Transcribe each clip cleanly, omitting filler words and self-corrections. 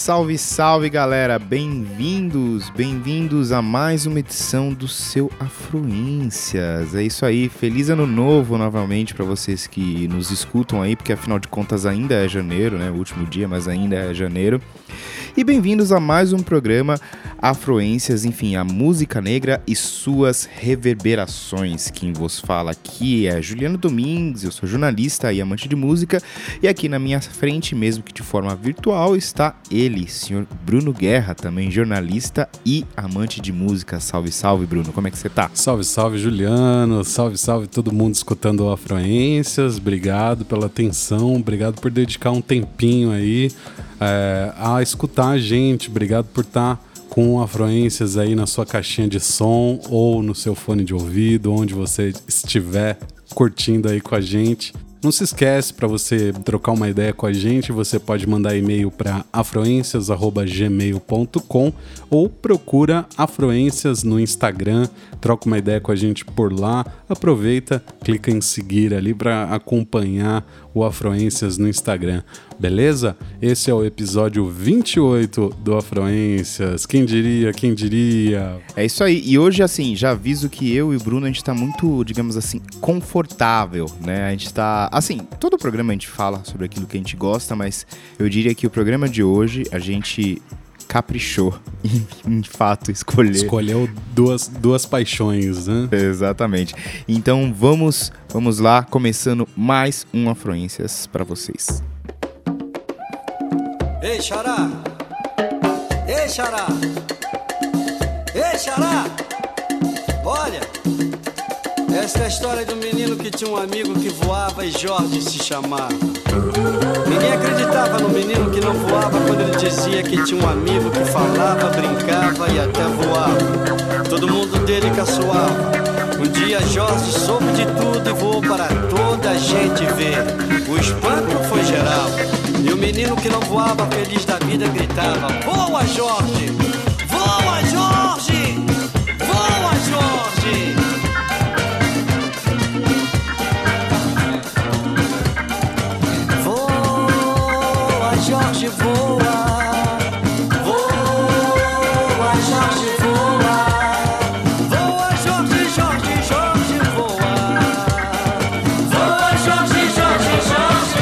Salve, salve galera, bem-vindos a mais uma edição do seu Afluências. É isso aí, feliz ano novo novamente para vocês que nos escutam aí, porque afinal de contas ainda é janeiro, né? O último dia, mas ainda é janeiro. E bem-vindos a mais um programa Afluências, enfim, a música negra e suas reverberações. Quem vos fala aqui é Juliano Domingues, eu sou jornalista e amante de música, e aqui na minha frente, mesmo que de forma virtual, está ele, senhor Bruno Guerra, também jornalista e amante de música. Salve, salve, Bruno, como é que você tá? Salve, salve, Juliano, salve, salve todo mundo escutando o Afluências, obrigado pela atenção, obrigado por dedicar um tempinho aí a escutar a gente, obrigado por estar com Afluências aí na sua caixinha de som ou no seu fone de ouvido, onde você estiver curtindo aí com a gente. Não se esquece, para você trocar uma ideia com a gente, você pode mandar e-mail para afluencias@gmail.com ou procura Afluências no Instagram, troca uma ideia com a gente por lá, aproveita, clica em seguir ali para acompanhar o Afluências no Instagram, beleza? Esse é o episódio 28 do Afluências, quem diria? É isso aí, e hoje assim, já aviso que eu e o Bruno, a gente tá muito, digamos assim, confortável, né? A gente tá, assim, todo programa a gente fala sobre aquilo que a gente gosta, mas eu diria que o programa de hoje a gente caprichou em de fato escolheu duas paixões, né? Exatamente. Então vamos lá, começando mais um Afluências para vocês. Ei, Xará! Ei, Xará! Ei, Xará! Olha, essa é a história de um menino que tinha um amigo que voava e Jorge se chamava. Ninguém acreditava no menino que não voava quando ele dizia que tinha um amigo que falava, brincava e até voava. Todo mundo dele caçoava. Um dia Jorge soube de tudo e voou para toda a gente ver. O espanto foi geral. E o menino que não voava, feliz da vida, gritava: voa, Jorge! Voa, Jorge! Voa, Jorge! Jorge voa, voa, Jorge voa, voa, Jorge, Jorge, Jorge voa, voa, Jorge, Jorge, Jorge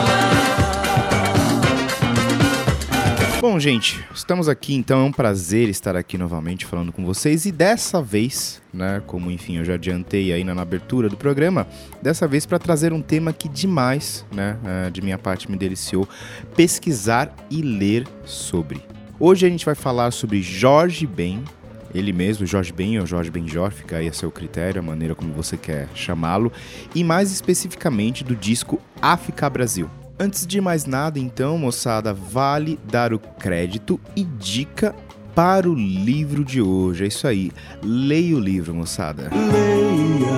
voa. Bom, gente, estamos aqui, então é um prazer estar aqui novamente falando com vocês e dessa vez, né, como enfim eu já adiantei aí na abertura do programa, dessa vez para trazer um tema que demais, né, de minha parte me deliciou pesquisar e ler sobre. Hoje a gente vai falar sobre Jorge Ben, ele mesmo, Jorge Ben ou Jorge Benjor, fica aí a seu critério, a maneira como você quer chamá-lo, e mais especificamente do disco África Brasil. Antes de mais nada, então, moçada, vale dar o crédito e dica para o livro de hoje. É isso aí, leia o livro, moçada. Leia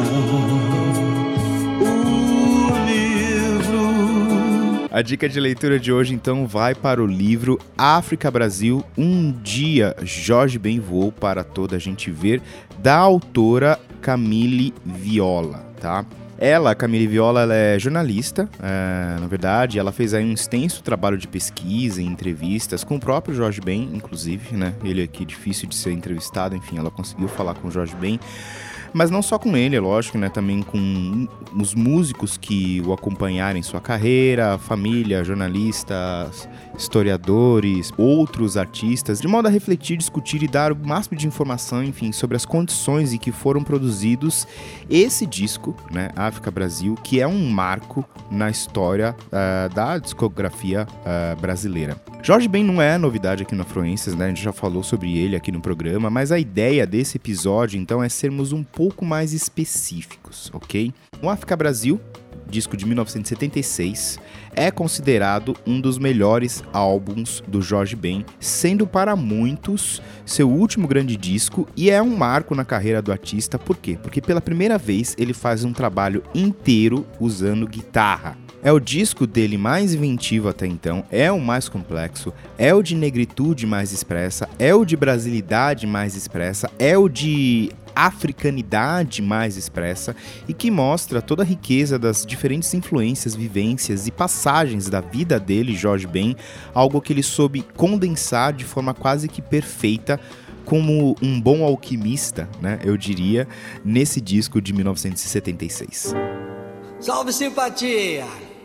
o livro. A dica de leitura de hoje, então, vai para o livro África Brasil, Um Dia Jorge Ben Voou para Toda a Gente Ver, da autora Camille Viola, tá? Ela, Camille Viola, ela é jornalista, na verdade, ela fez aí um extenso trabalho de pesquisa e entrevistas com o próprio Jorge Ben, inclusive, né? Ele aqui difícil de ser entrevistado, enfim, ela conseguiu falar com o Jorge Ben. Mas não só com ele, é lógico, né? Também com os músicos que o acompanharam em sua carreira, família, jornalistas, historiadores, outros artistas, de modo a refletir, discutir e dar o máximo de informação, enfim, sobre as condições em que foram produzidos esse disco, né? África Brasil, que é um marco na história da discografia brasileira. Jorge Ben não é novidade aqui no Afluências, né? A gente já falou sobre ele aqui no programa, mas a ideia desse episódio, então, é sermos um pouco mais específicos, ok? O África Brasil, disco de 1976, é considerado um dos melhores álbuns do Jorge Ben, sendo para muitos seu último grande disco e é um marco na carreira do artista. Por quê? Porque pela primeira vez ele faz um trabalho inteiro usando guitarra. É o disco dele mais inventivo até então, é o mais complexo, é o de negritude mais expressa, é o de brasilidade mais expressa, é o de africanidade mais expressa e que mostra toda a riqueza das diferentes influências, vivências e passagens da vida dele, Jorge Ben, algo que ele soube condensar de forma quase que perfeita, como um bom alquimista, né, eu diria, nesse disco de 1976. Salve simpatia!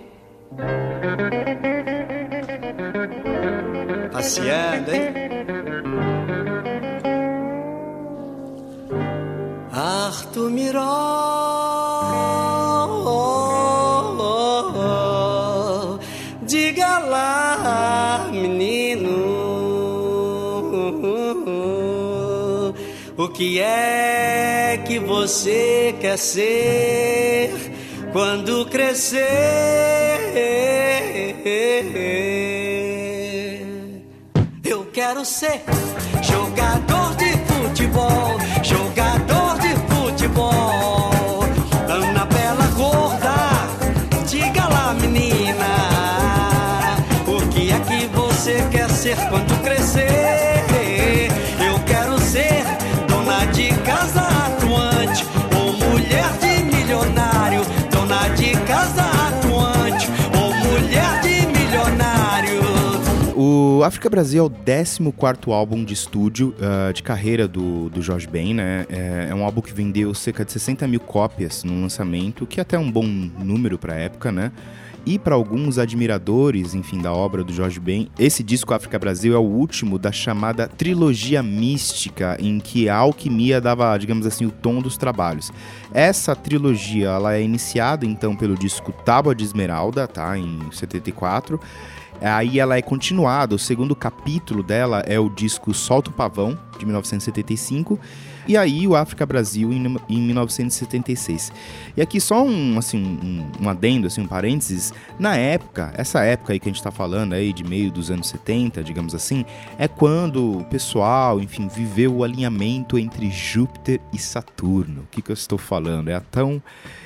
Passeando, hein? Arthur Miró, diga lá, menino, o que é que você quer ser quando crescer? Eu quero ser jogador de futebol, jogador de futebol. Ana Bela Gorda, diga lá, menina, o que é que você quer ser quando crescer? Eu quero ser dona de casa atuante ou mulher de milionário, dona de casa atuante ou mulher de milionário. O África Brasil é o 14º álbum de estúdio de carreira do Jorge Ben, né? É um álbum que vendeu cerca de 60 mil cópias no lançamento, que é até um bom número para a época, né? E para alguns admiradores, enfim, da obra do Jorge Ben, esse disco África Brasil é o último da chamada trilogia mística, em que a alquimia dava, digamos assim, o tom dos trabalhos. Essa trilogia, ela é iniciada então pelo disco Tábua de Esmeralda, tá? Em 74. Aí ela é continuada, o segundo capítulo dela é o disco Solta o Pavão, de 1975, e aí o África Brasil em 1976. E aqui só um adendo, assim, um parênteses, na época, essa época aí que a gente tá falando aí, de meio dos anos 70, digamos assim, é quando o pessoal, enfim, viveu o alinhamento entre Júpiter e Saturno. O que eu estou falando? É a tão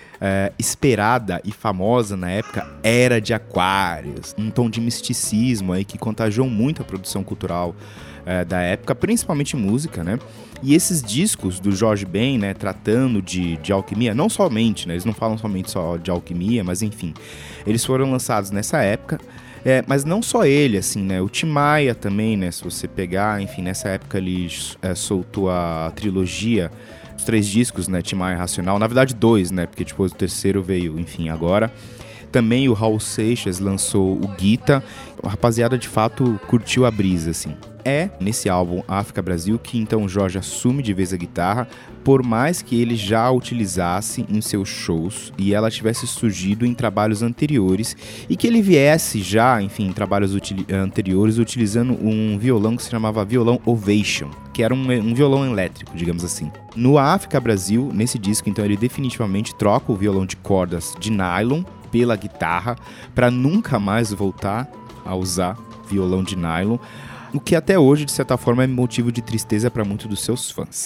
esperada e famosa na época Era de Aquários, um tom de misticismo aí que contagiou muito a produção cultural da época, principalmente música, né? E esses discos do Jorge Ben, né, tratando de alquimia, não somente, né, eles não falam somente só de alquimia, mas enfim, eles foram lançados nessa época. Mas não só ele, assim, né? O Tim Maia também, né? Se você pegar, enfim, nessa época ele soltou a trilogia, os 3 discos, né? Tim Maia Racional, na verdade 2, né? Porque depois o terceiro veio, enfim, agora. Também o Raul Seixas lançou o Guita. A rapaziada, de fato, curtiu a brisa, assim. É nesse álbum África Brasil que então o Jorge assume de vez a guitarra, por mais que ele já a utilizasse em seus shows e ela tivesse surgido em trabalhos anteriores e que ele viesse já, enfim, em trabalhos anteriores utilizando um violão que se chamava violão Ovation, que era um violão elétrico, digamos assim. No África Brasil, nesse disco, então, ele definitivamente troca o violão de cordas de nylon pela guitarra para nunca mais voltar a usar violão de nylon, o que até hoje, de certa forma, é motivo de tristeza para muitos dos seus fãs.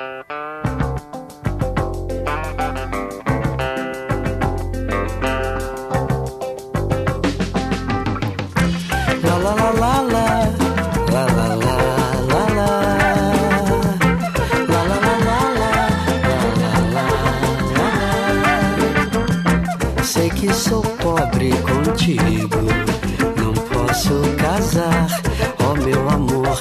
Sei que sou pobre contigo, não posso casar. Oh meu amor,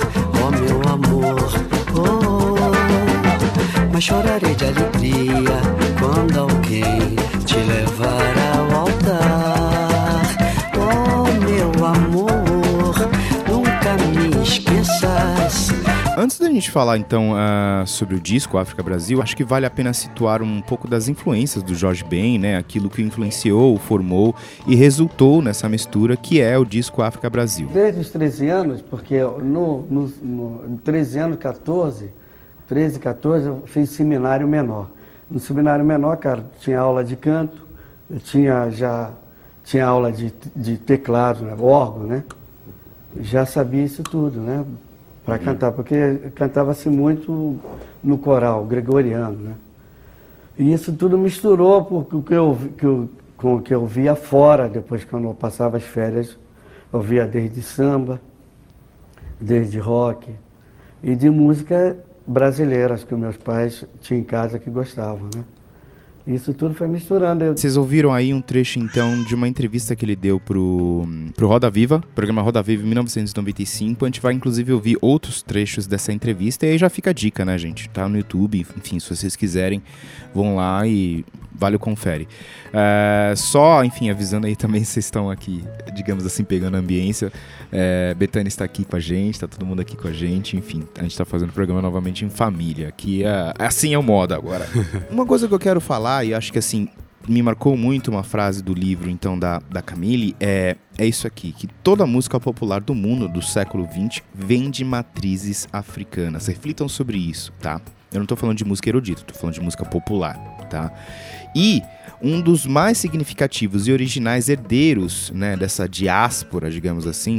oh, mas chorarei de alegria quando alguém te levar ao altar. Oh meu amor, nunca me esqueças. Antes da gente falar, então, sobre o disco África Brasil, acho que vale a pena situar um pouco das influências do Jorge Ben, né? Aquilo que influenciou, formou e resultou nessa mistura que é o disco África Brasil. Desde os 13 anos, porque no 13 anos, 13, 14, eu fiz seminário menor. No seminário menor, cara, tinha aula de canto, eu tinha aula de teclado, né? Órgão, né? Já sabia isso tudo, né? Para cantar, porque cantava-se muito no coral gregoriano, né? E isso tudo misturou com o que eu via fora, depois quando eu passava as férias, eu via desde samba, desde rock, e de música brasileiras que meus pais tinham em casa que gostavam, né? Isso tudo foi misturando. Vocês ouviram aí um trecho, então, de uma entrevista que ele deu pro Roda Viva, programa Roda Viva em 1995. A gente vai, inclusive, ouvir outros trechos dessa entrevista. E aí já fica a dica, né, gente? Tá no YouTube, enfim, se vocês quiserem, vão lá e vale o confere. Só, enfim, avisando aí também, vocês estão aqui, digamos assim, pegando a ambiência. Betânia está aqui com a gente, tá todo mundo aqui com a gente. Enfim, a gente tá fazendo o programa novamente em família, que assim é o modo agora. Uma coisa que eu quero falar, e acho que assim, me marcou muito uma frase do livro, então, da Camille, é isso aqui, que toda música popular do mundo do século XX vem de matrizes africanas. Reflitam sobre isso, tá? Eu não tô falando de música erudita, tô falando de música popular, tá? E um dos mais significativos e originais herdeiros, né, dessa diáspora, digamos assim,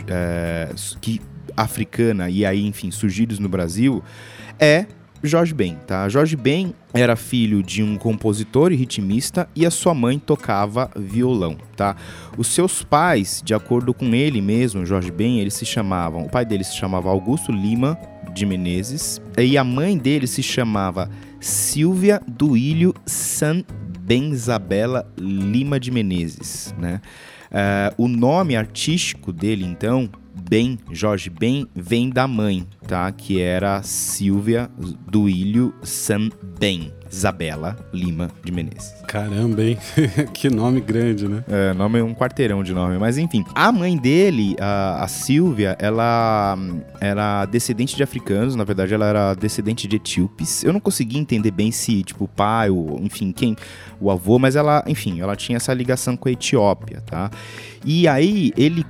africana, e aí, enfim, surgidos no Brasil, é Jorge Ben, tá? Jorge Ben era filho de um compositor e ritmista e a sua mãe tocava violão, tá? Os seus pais, de acordo com ele mesmo, Jorge Ben, o pai dele se chamava Augusto Lima de Menezes e a mãe dele se chamava Silvia Duílio San Benzabela Lima de Menezes, né? O nome artístico dele, então, Ben, Jorge Ben, vem da mãe, tá? Que era Silvia Duílio San Benzabela Lima de Menezes. Caramba, hein? Que nome grande, né? Nome é um quarteirão de nome, mas enfim. A mãe dele, a Silvia, ela era descendente de africanos, na verdade ela era descendente de etíopes. Eu não consegui entender bem se, tipo, o pai, enfim, o avô, mas ela tinha essa ligação com a Etiópia, tá? E aí,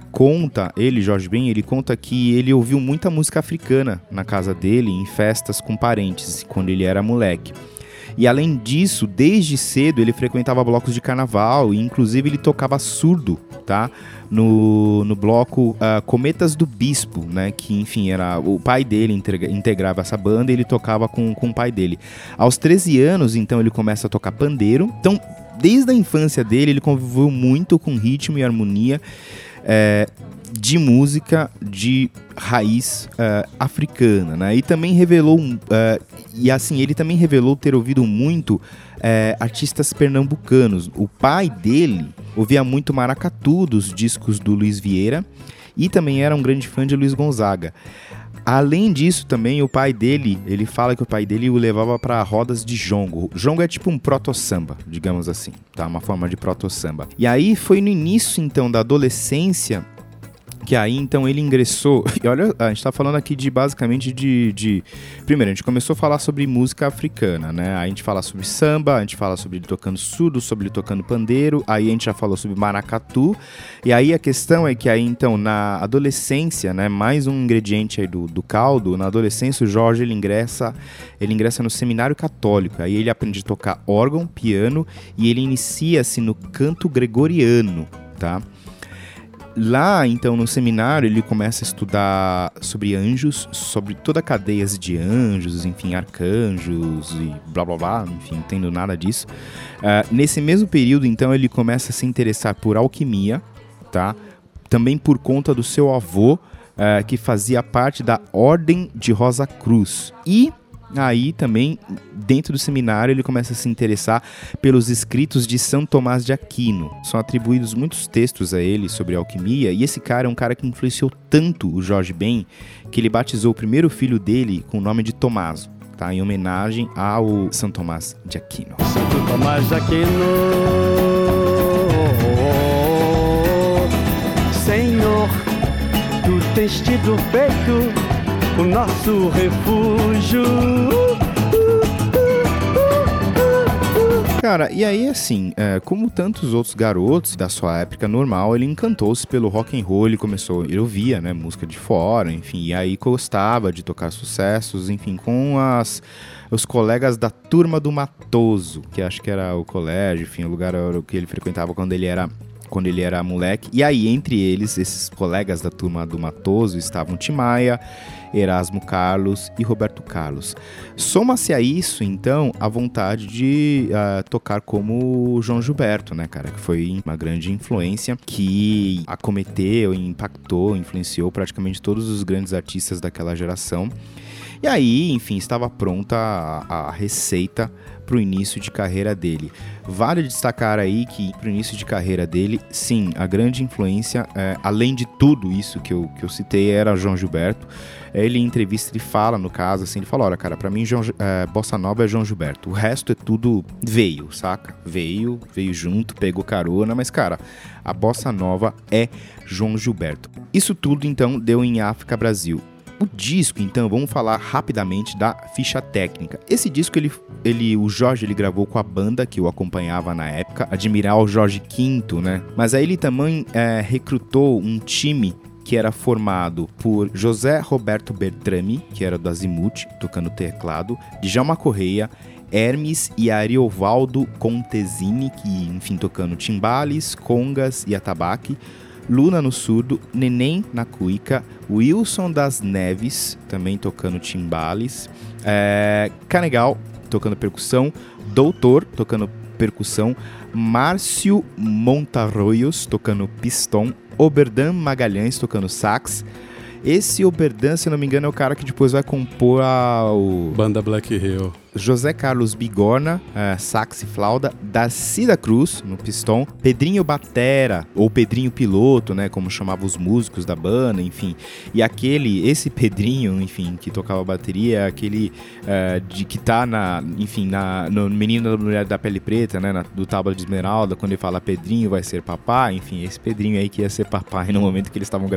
Jorge Ben, ele conta que ele ouviu muita música africana na casa dele, em festas com parentes, quando ele era moleque. E além disso, desde cedo ele frequentava blocos de carnaval e inclusive ele tocava surdo, tá? No bloco Cometas do Bispo, né? Que, enfim, era o pai dele integrava essa banda e ele tocava com o pai dele. Aos 13 anos, então, ele começa a tocar pandeiro. Então, desde a infância dele, ele conviveu muito com ritmo e harmonia de música de raiz africana, né? E também revelou ele também revelou ter ouvido muito artistas pernambucanos. O pai dele ouvia muito maracatu dos discos do Luiz Vieira e também era um grande fã de Luiz Gonzaga. Além disso, também o pai dele, ele fala que o pai dele o levava para rodas de jongo. Jongo é tipo um proto-samba, digamos assim, tá? Uma forma de proto-samba. E aí foi no início, então, da adolescência que aí, então, ele ingressou... E olha, a gente tá falando aqui basicamente de... Primeiro, a gente começou a falar sobre música africana, né? Aí a gente fala sobre samba, a gente fala sobre ele tocando surdo, sobre ele tocando pandeiro, aí a gente já falou sobre maracatu. E aí a questão é que aí, então, na adolescência, né? Mais um ingrediente aí do caldo. Na adolescência, o Jorge, ele ingressa no seminário católico. Aí ele aprende a tocar órgão, piano e ele inicia-se no canto gregoriano, tá? Lá, então, no seminário, ele começa a estudar sobre anjos, sobre toda a cadeia de anjos, enfim, arcanjos e blá blá blá, enfim, não entendo nada disso. Nesse mesmo período, então, ele começa a se interessar por alquimia, tá? Também por conta do seu avô, que fazia parte da Ordem de Rosa Cruz. E aí também, dentro do seminário, ele começa a se interessar pelos escritos de São Tomás de Aquino. São atribuídos muitos textos a ele sobre alquimia, e esse cara é um cara que influenciou tanto o Jorge Ben, que ele batizou o primeiro filho dele com o nome de Tomaso, tá? Em homenagem ao São Tomás de Aquino. Santo Tomás de Aquino, Senhor, tu tens tido feito o nosso refúgio. Cara, e aí assim, como tantos outros garotos da sua época normal, ele encantou-se pelo rock and roll, ele ouvia, né, música de fora, enfim, e aí gostava de tocar sucessos, enfim, com os colegas da Turma do Matoso, que acho que era o colégio, enfim, o lugar que ele frequentava quando ele era moleque. E aí, entre eles, esses colegas da Turma do Matoso estavam Tim Maia, Erasmo Carlos e Roberto Carlos. Soma-se a isso, então, a vontade de tocar como João Gilberto, né, cara? Que foi uma grande influência que acometeu, impactou, influenciou praticamente todos os grandes artistas daquela geração. E aí, enfim, estava pronta a receita para o início de carreira dele. Vale destacar aí que para o início de carreira dele, sim, a grande influência, além de tudo isso que eu citei, era João Gilberto. Ele em entrevista ele fala, no caso, assim, ele fala, olha, cara, pra mim Bossa Nova é João Gilberto, o resto é tudo veio, saca? Veio junto, pegou carona, mas, cara, a Bossa Nova é João Gilberto. Isso tudo, então, deu em África Brasil. O disco, então, vamos falar rapidamente da ficha técnica. Esse disco, o Jorge gravou com a banda que o acompanhava na época, Admiral Jorge V, né? Mas aí ele também recrutou um time que era formado por José Roberto Bertrami, que era do Azimuth, tocando teclado, Djalma Correia, Hermes e Ariovaldo Contesini, que, enfim, tocando timbales, congas e atabaque, Luna no surdo, Neném na cuíca, Wilson das Neves, também tocando timbales, Canegal, tocando percussão, Doutor, tocando percussão, Márcio Montarroios, tocando pistão, Oberdan Magalhães, tocando sax. Esse Oberdan, se não me engano, é o cara que depois vai compor o Banda Black Hill. José Carlos Bigorna, sax e flauta, Darcy da Cruz, no pistão, Pedrinho Batera, ou Pedrinho Piloto, né, como chamavam os músicos da banda, enfim. E esse Pedrinho, enfim, que tocava bateria, aquele que tá no Menino da Mulher da Pele Preta, né, do Tábua de Esmeralda, quando ele fala Pedrinho vai ser papai, enfim, esse Pedrinho aí que ia ser papai no momento que eles estavam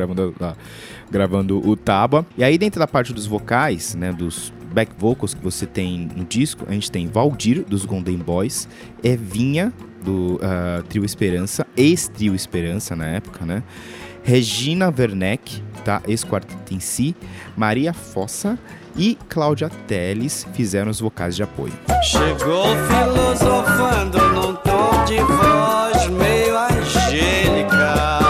gravando o Tábua. E aí dentro da parte dos vocais, né, dos back vocals que você tem no disco, a gente tem Valdir, dos Golden Boys, Evinha, do Trio Esperança, ex-Trio Esperança na época, né? Regina Werneck, tá? Ex-Quarteto em Si, Maria Fossa e Cláudia Telles fizeram os vocais de apoio. Chegou filosofando num tom de voz meio angélica.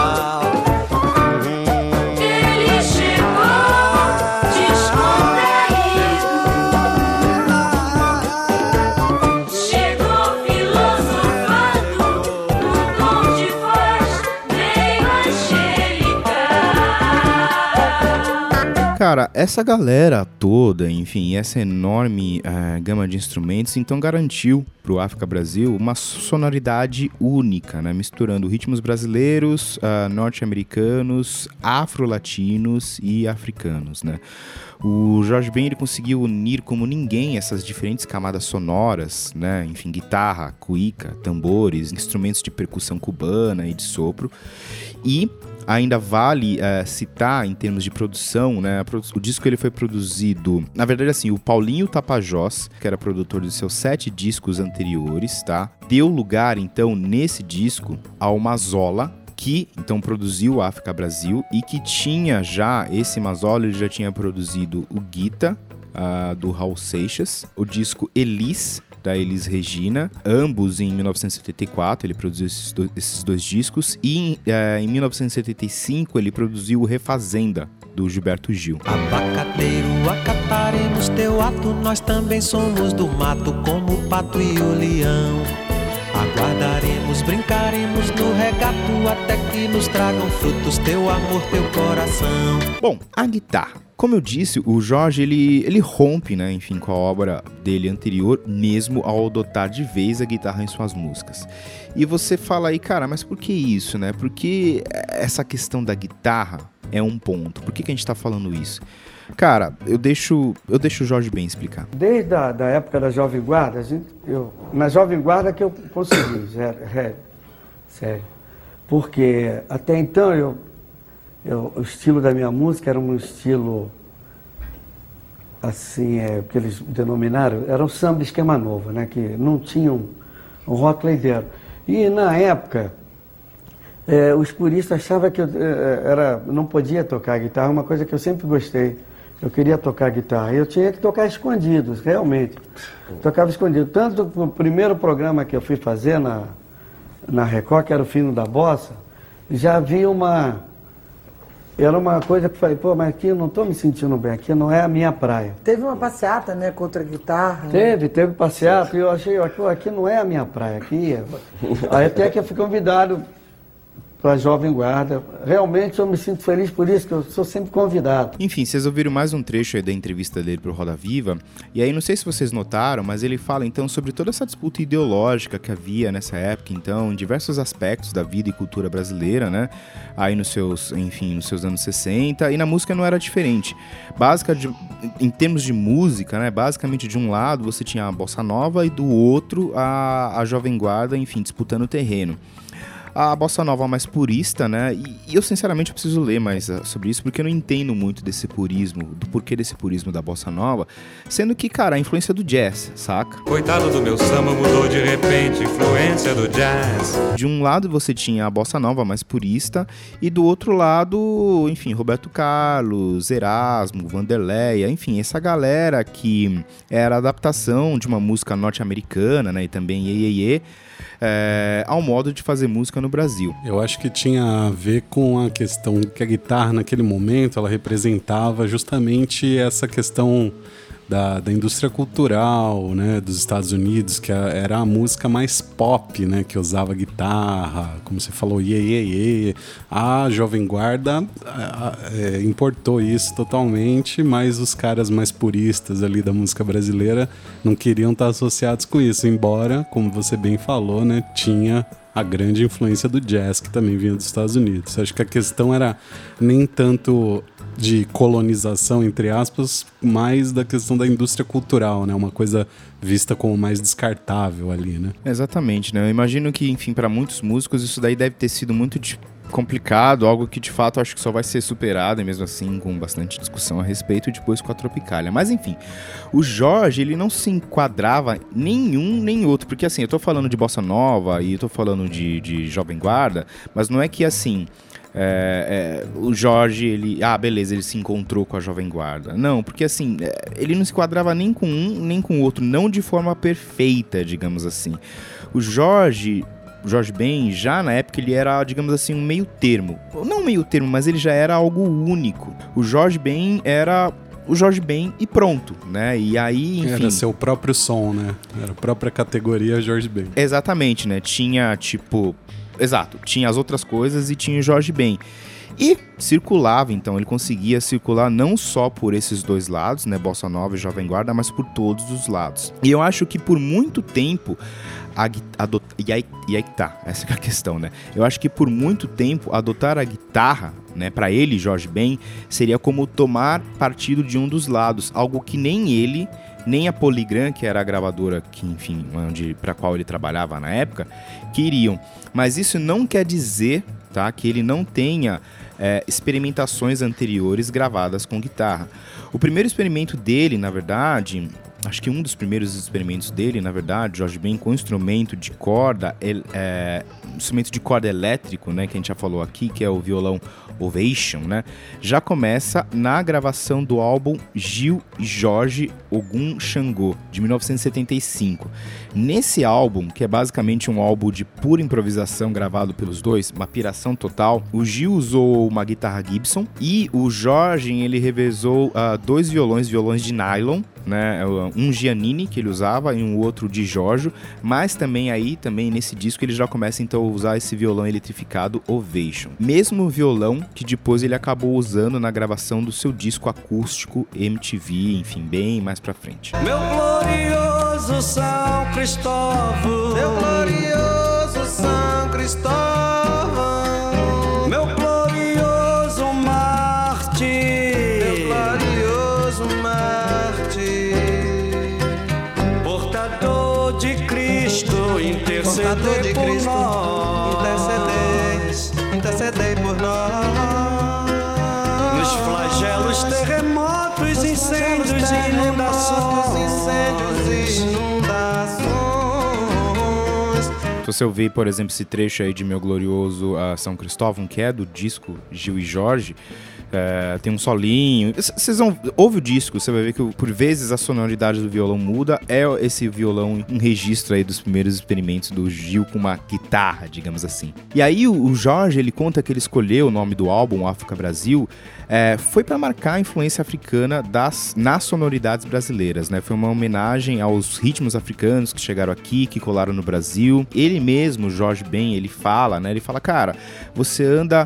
Cara, essa galera toda, enfim, essa enorme gama de instrumentos, então garantiu pro África Brasil uma sonoridade única, né? Misturando ritmos brasileiros, norte-americanos, afro-latinos e africanos, né? O Jorge Ben ele conseguiu unir como ninguém essas diferentes camadas sonoras, né? Enfim, guitarra, cuíca, tambores, instrumentos de percussão cubana e de sopro. E ainda vale citar em termos de produção, né? O disco ele foi produzido, na verdade assim, o Paulinho Tapajós, que era produtor dos seus 7 discos anteriores, tá? Deu lugar então nesse disco ao Mazola, que então produziu África Brasil e que tinha já, esse Mazola ele já tinha produzido o Guita, do Raul Seixas, o disco Elis, da Elis Regina, ambos em 1974, ele produziu esses dois discos, e em 1975 ele produziu o Refazenda, do Gilberto Gil. Abacateiro, acataremos teu ato, nós também somos do mato, como o pato e o leão. Aguardaremos, brincaremos no regato, até que nos tragam frutos teu amor, teu coração. Bom, a guitarra. Como eu disse, o Jorge, ele rompe, né, enfim, com a obra dele anterior, mesmo ao adotar de vez a guitarra em suas músicas. E você fala aí, cara, mas por que isso, né? Por que essa questão da guitarra é um ponto? Por que a gente tá falando isso? Cara, eu deixo o Jorge Ben explicar. Desde a da época da Jovem Guarda, na Jovem Guarda que eu consegui, sério. Porque até então o estilo da minha música era um estilo, assim, que eles denominaram, era o samba esquema novo, né? Que não tinha um rótulo aí dentro. E na época, os puristas achavam que eu não podia tocar guitarra, uma coisa que eu sempre gostei. Eu queria tocar guitarra. Eu tinha que tocar escondido, realmente. Tocava escondido. Tanto no primeiro programa que eu fui fazer na Record, que era o Fino da Bossa, já havia era uma coisa que eu falei, pô, mas aqui eu não estou me sentindo bem, aqui não é a minha praia. Teve uma passeata, né, contra a guitarra. Teve passeata, e eu achei, aqui não é a minha praia, aqui. Aí até que eu fui convidado para a Jovem Guarda. Realmente eu me sinto feliz por isso, que eu sou sempre convidado. Enfim, vocês ouviram mais um trecho aí da entrevista dele pro Roda Viva, e aí não sei se vocês notaram, mas ele fala então sobre toda essa disputa ideológica que havia nessa época, então, em diversos aspectos da vida e cultura brasileira, né, aí nos seus anos 60, e na música não era diferente. Em termos de música, né, basicamente de um lado você tinha a Bossa Nova e do outro a Jovem Guarda, enfim, disputando o terreno. A Bossa Nova mais purista, né? E eu, sinceramente, eu preciso ler mais sobre isso, porque eu não entendo muito desse purismo, do porquê desse purismo da Bossa Nova, sendo que, cara, a influência do jazz, saca? Coitado do meu samba, mudou de repente, influência do jazz. De um lado você tinha a Bossa Nova mais purista, e do outro lado, enfim, Roberto Carlos, Erasmo, Vanderleia, enfim, essa galera que era a adaptação de uma música norte-americana, né? E também Iê, ao modo de fazer música no Brasil. Eu acho que tinha a ver com a questão que a guitarra naquele momento ela representava justamente essa questão da indústria cultural, né, dos Estados Unidos, que era a música mais pop, né, que usava guitarra, como você falou, iê. A Jovem Guarda importou isso totalmente, mas os caras mais puristas ali da música brasileira não queriam estar associados com isso, embora, como você bem falou, né, tinha a grande influência do jazz, que também vinha dos Estados Unidos. Acho que a questão era nem tanto de colonização, entre aspas, mais da questão da indústria cultural, né? Uma coisa vista como mais descartável ali, né? Exatamente, né? Eu imagino que, enfim, para muitos músicos isso daí deve ter sido muito complicado, algo que de fato acho que só vai ser superado, e mesmo assim com bastante discussão a respeito, e depois com a Tropicália. Mas enfim, o Jorge, ele não se enquadrava nenhum nem outro, porque assim, eu tô falando de Bossa Nova e eu tô falando de Jovem Guarda, mas não é que assim... o Jorge, ele se encontrou com a Jovem Guarda. Não, porque assim, ele não se enquadrava nem com um, nem com o outro, não de forma perfeita, digamos assim. O Jorge Ben, já na época, ele era, digamos assim, um meio termo. Não um meio termo, mas ele já era algo único. O Jorge Ben era o Jorge Ben e pronto, né? E aí, enfim... Era seu próprio som, né? Era a própria categoria Jorge Ben. Exatamente, né? Tinha, tinha as outras coisas e tinha o Jorge Ben. E circulava, então, ele conseguia circular não só por esses dois lados, né, Bossa Nova e Jovem Guarda, mas por todos os lados. E eu acho que por muito tempo, e aí tá, essa é a questão, né? Eu acho que por muito tempo, adotar a guitarra, né, para ele, Jorge Ben, seria como tomar partido de um dos lados, algo que nem ele, nem a Polygram, que era a gravadora que, enfim, para qual ele trabalhava na época, queriam. Mas isso não quer dizer, tá, que ele não tenha experimentações anteriores gravadas com guitarra. O primeiro experimento dele, na verdade, acho que um dos primeiros experimentos dele, na verdade, Jorge Ben, com instrumento de corda, instrumento de corda elétrico, né, que a gente já falou aqui, que é o violão Ovation, né, já começa na gravação do álbum Gil e Jorge Ogum Xangô, de 1975. Nesse álbum, que é basicamente um álbum de pura improvisação gravado pelos dois, uma piração total, o Gil usou uma guitarra Gibson e o Jorge, ele revezou dois violões de nylon, né, um Giannini que ele usava e um outro de Giorgio, mas também nesse disco ele já começa então a usar esse violão eletrificado Ovation, mesmo violão que depois ele acabou usando na gravação do seu disco acústico MTV, enfim, bem mais pra frente. Meu glorioso São Cristóvão, meu glorioso São Cristóvão, meu glorioso Marte, meu glorioso Marte, portador de Cristo, intercedei por nós, intercedei por nós, nos flagelos, terremotos, incêndios e inundações. Se você ouvir, por exemplo, esse trecho aí de Meu Glorioso São Cristóvão, que é do disco Gil e Jorge, Tem um solinho. Vocês vão ouve o disco, você vai ver que por vezes a sonoridade do violão muda. É esse violão em registro aí dos primeiros experimentos do Gil com uma guitarra, digamos assim. E aí o Jorge, ele conta que ele escolheu o nome do álbum, África Brasil, foi para marcar a influência africana nas sonoridades brasileiras, né? Foi uma homenagem aos ritmos africanos que chegaram aqui, que colaram no Brasil. Ele mesmo, Jorge Ben, ele fala, né? Ele fala, cara, você anda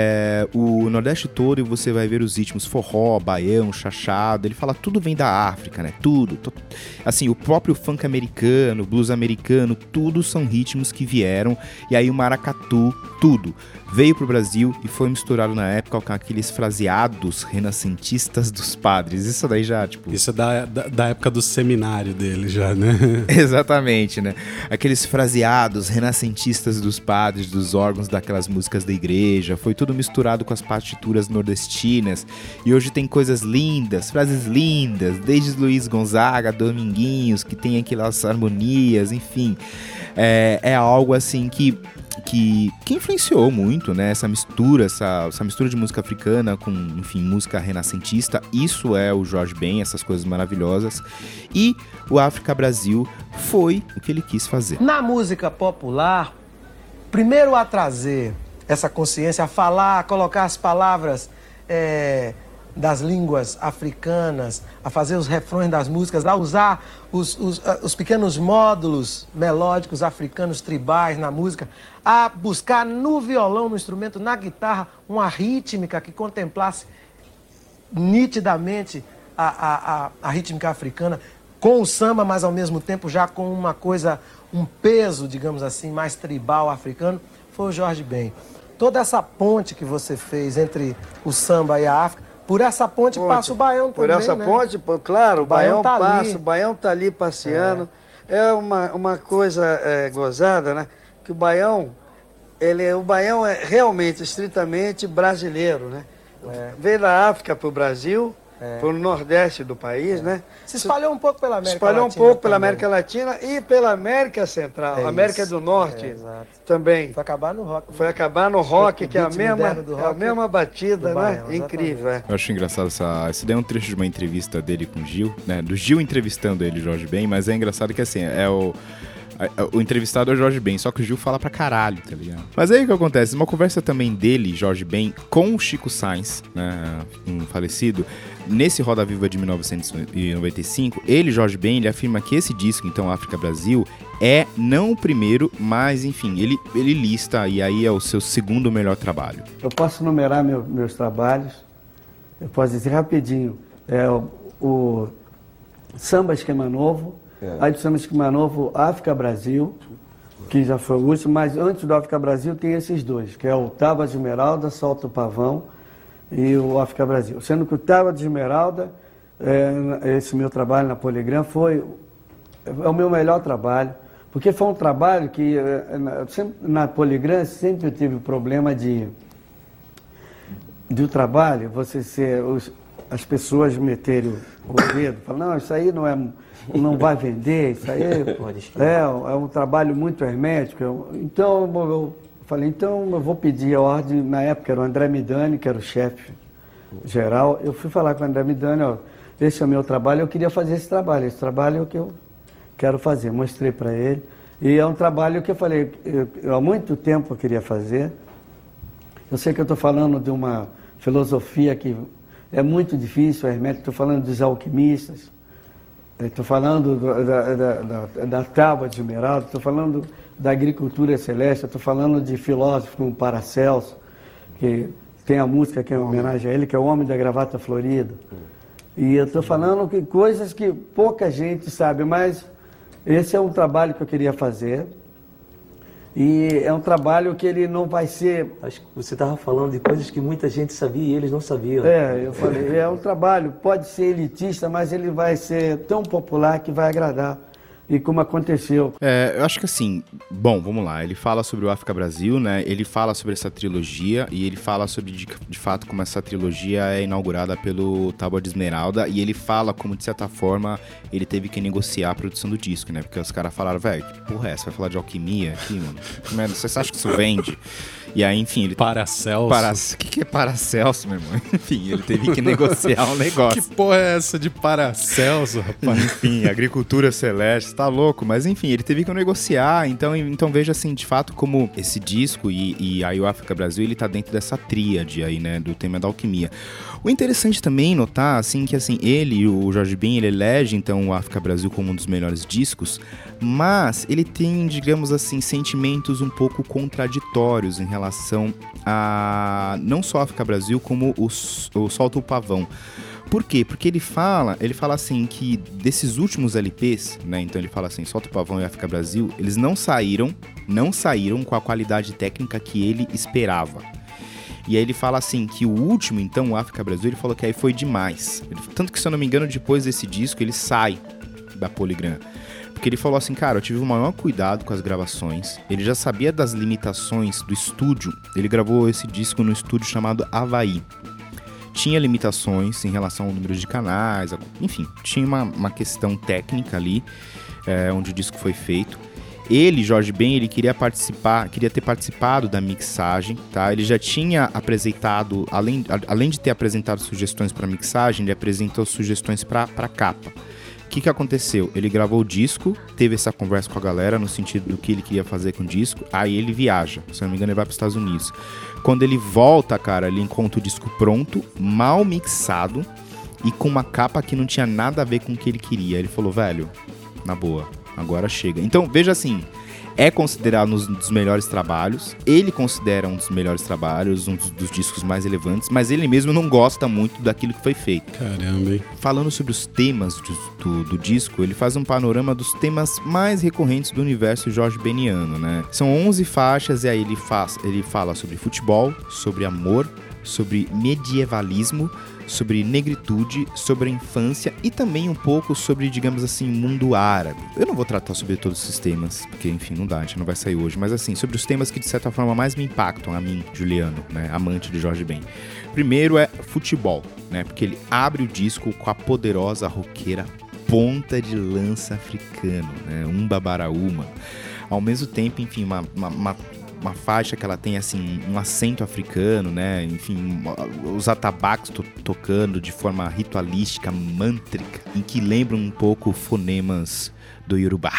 o Nordeste todo e você vai ver os ritmos forró, baião, chachado. Ele fala, tudo vem da África, né? Tudo. Assim, o próprio funk americano, blues americano, tudo são ritmos que vieram. E aí o maracatu, tudo veio pro Brasil e foi misturado na época com aqueles fraseados renascentistas dos padres. Isso daí já, tipo... Isso é da época do seminário dele já, né? Exatamente, né? Aqueles fraseados renascentistas dos padres, dos órgãos daquelas músicas da igreja. Foi tudo misturado com as partituras nordestinas. E hoje tem coisas lindas, frases lindas, desde Luiz Gonzaga, Dominguinhos, que tem aquelas harmonias, enfim. É algo assim que influenciou muito, né? Essa mistura de música africana com, enfim, música renascentista. Isso é o Jorge Ben, essas coisas maravilhosas. E o África Brasil foi o que ele quis fazer. Na música popular, primeiro a trazer essa consciência, a falar, a colocar as palavras das línguas africanas, a fazer os refrões das músicas, a usar os pequenos módulos melódicos africanos tribais na música, a buscar no violão, no instrumento, na guitarra, uma rítmica que contemplasse nitidamente a rítmica africana, com o samba, mas ao mesmo tempo já com uma coisa, um peso, digamos assim, mais tribal africano, foi o Jorge Ben. Toda essa ponte que você fez entre o samba e a África, por essa ponte passa o Baião também, por essa né? ponte, claro, o Baião tá passa, ali. o Baião tá ali passeando. É uma coisa gozada, né? Que o Baião é realmente, estritamente brasileiro, né? Veio da África para o Brasil, para o Nordeste do país, né? Se espalhou um pouco pela América Latina. Espalhou um pouco pela também. América Latina e pela América Central, América do Norte também. Foi acabar no rock. Foi acabar no rock, que é a rock, mesma batida, né? Baião, Incrível, Eu acho engraçado isso daí é um trecho de uma entrevista dele com o Gil, né? Do Gil entrevistando ele, Jorge Ben, mas é engraçado que assim, o entrevistado é o Jorge Ben, só que o Gil fala pra caralho, tá ligado? Mas aí o que acontece? Uma conversa também dele, Jorge Ben, com o Chico Sainz, né, um falecido, nesse Roda Viva de 1995, Jorge Ben, ele afirma que esse disco, então, África Brasil, é não o primeiro, mas, enfim, ele lista, e aí é o seu segundo melhor trabalho. Eu posso numerar meus trabalhos, eu posso dizer rapidinho, o Samba Esquema Novo, aí do Samba Esquema Novo, África Brasil, que já foi o último, mas antes do África Brasil tem esses dois, que é o Tábua de Esmeralda, Solta o Pavão, e o África Brasil. Sendo que o Tábua de Esmeralda, esse meu trabalho na Poligram, é o meu melhor trabalho, porque foi um trabalho que na Poligram sempre eu tive o problema do trabalho, as pessoas meterem o dedo, falam, não, isso aí não vai vender, isso aí é um trabalho muito hermético. Então eu falei, então eu vou pedir a ordem, na época era o André Midani, que era o chefe geral, eu fui falar com o André Midani, esse é o meu trabalho, eu queria fazer esse trabalho é o que eu quero fazer, mostrei para ele, e é um trabalho que eu falei, há muito tempo eu queria fazer, eu sei que eu estou falando de uma filosofia que é muito difícil, hermético, estou falando dos alquimistas, estou falando da Tábua de Esmeralda, estou falando da agricultura celeste, estou falando de filósofos como Paracelso, que tem a música que é uma homenagem a ele, que é o Homem da Gravata Florida. E eu estou falando que coisas que pouca gente sabe, mas esse é um trabalho que eu queria fazer. E é um trabalho que ele não vai ser... Acho que você estava falando de coisas que muita gente sabia e eles não sabiam. Eu falei, é um trabalho, pode ser elitista, mas ele vai ser tão popular que vai agradar. E como aconteceu. Eu acho que assim, bom, vamos lá, ele fala sobre o África Brasil, né, ele fala sobre essa trilogia e ele fala sobre, de fato, como essa trilogia é inaugurada pelo Tábua de Esmeralda e ele fala como, de certa forma, ele teve que negociar a produção do disco, né, porque os caras falaram, velho, que porra é essa? Vai falar de alquimia aqui, mano? Você acha que isso vende? E aí, enfim, ele... Paracelso? O que é Paracelso, meu irmão? Enfim, ele teve que negociar um negócio. Que porra é essa de Paracelso, rapaz? Enfim, agricultura celeste, tá louco. Mas enfim, ele teve que negociar. Então veja assim, de fato, como esse disco e aí o África Brasil, ele tá dentro dessa tríade aí, né, do tema da alquimia. O interessante também notar, assim, que assim, ele, o Jorge Ben, ele elege então o África Brasil como um dos melhores discos, mas ele tem, digamos assim, sentimentos um pouco contraditórios em relação a não só África Brasil, como o Solta o Pavão. Por quê? Porque ele fala assim que desses últimos LPs, né, então ele fala assim, Solta o Pavão e África Brasil, eles não saíram com a qualidade técnica que ele esperava. E aí ele fala assim, que o último, então, o África Brasil, ele falou que aí foi demais. Tanto que, se eu não me engano, depois desse disco, ele sai da Polygram. Porque ele falou assim, cara, eu tive o maior cuidado com as gravações. Ele já sabia das limitações do estúdio. Ele gravou esse disco no estúdio chamado Havaí. Tinha limitações em relação ao número de canais, enfim, tinha uma questão técnica ali, onde o disco foi feito. Ele, Jorge Ben, ele queria ter participado da mixagem, tá? Ele já tinha apresentado, além de ter apresentado sugestões para mixagem, ele apresentou sugestões para capa. O que aconteceu? Ele gravou o disco, teve essa conversa com a galera no sentido do que ele queria fazer com o disco, aí ele viaja, se não me engano ele vai para os Estados Unidos. Quando ele volta, cara, ele encontra o disco pronto, mal mixado e com uma capa que não tinha nada a ver com o que ele queria. Ele falou, velho, na boa, agora chega. Então, veja assim, é considerado um dos melhores trabalhos, ele considera um dos melhores trabalhos, um dos discos mais relevantes, mas ele mesmo não gosta muito daquilo que foi feito. Caramba, hein? Falando sobre os temas do disco, ele faz um panorama dos temas mais recorrentes do universo jorge-beniano, né? São 11 faixas e aí ele fala sobre futebol, sobre amor, sobre medievalismo, sobre negritude, sobre a infância e também um pouco sobre, digamos assim, mundo árabe. Eu não vou tratar sobre todos esses temas, porque, enfim, não dá, a gente não vai sair hoje, mas assim, sobre os temas que de certa forma mais me impactam a mim, Juliano, né, amante de Jorge Ben. Primeiro é futebol, né, porque ele abre o disco com a poderosa roqueira Ponta de Lança Africano, né, Mbabaraúma. Ao mesmo tempo, enfim, uma faixa que ela tem, assim, um acento africano, né? Enfim, os atabaques tocando de forma ritualística, mântrica, em que lembram um pouco fonemas do Yorubá.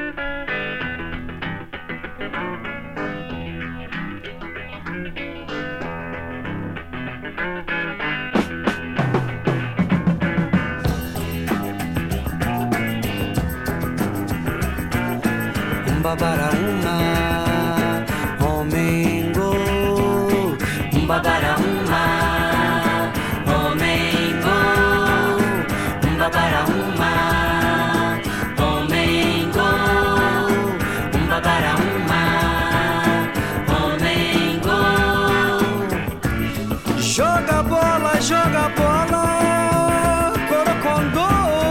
Joga bola, corocondô.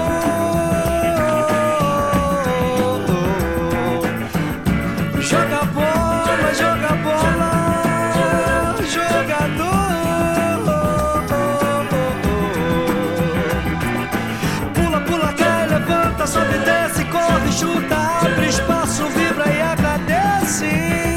Joga bola, jogador. Pula, cai, levanta, sobe, desce, corre, chuta, abre espaço, vibra e agradece.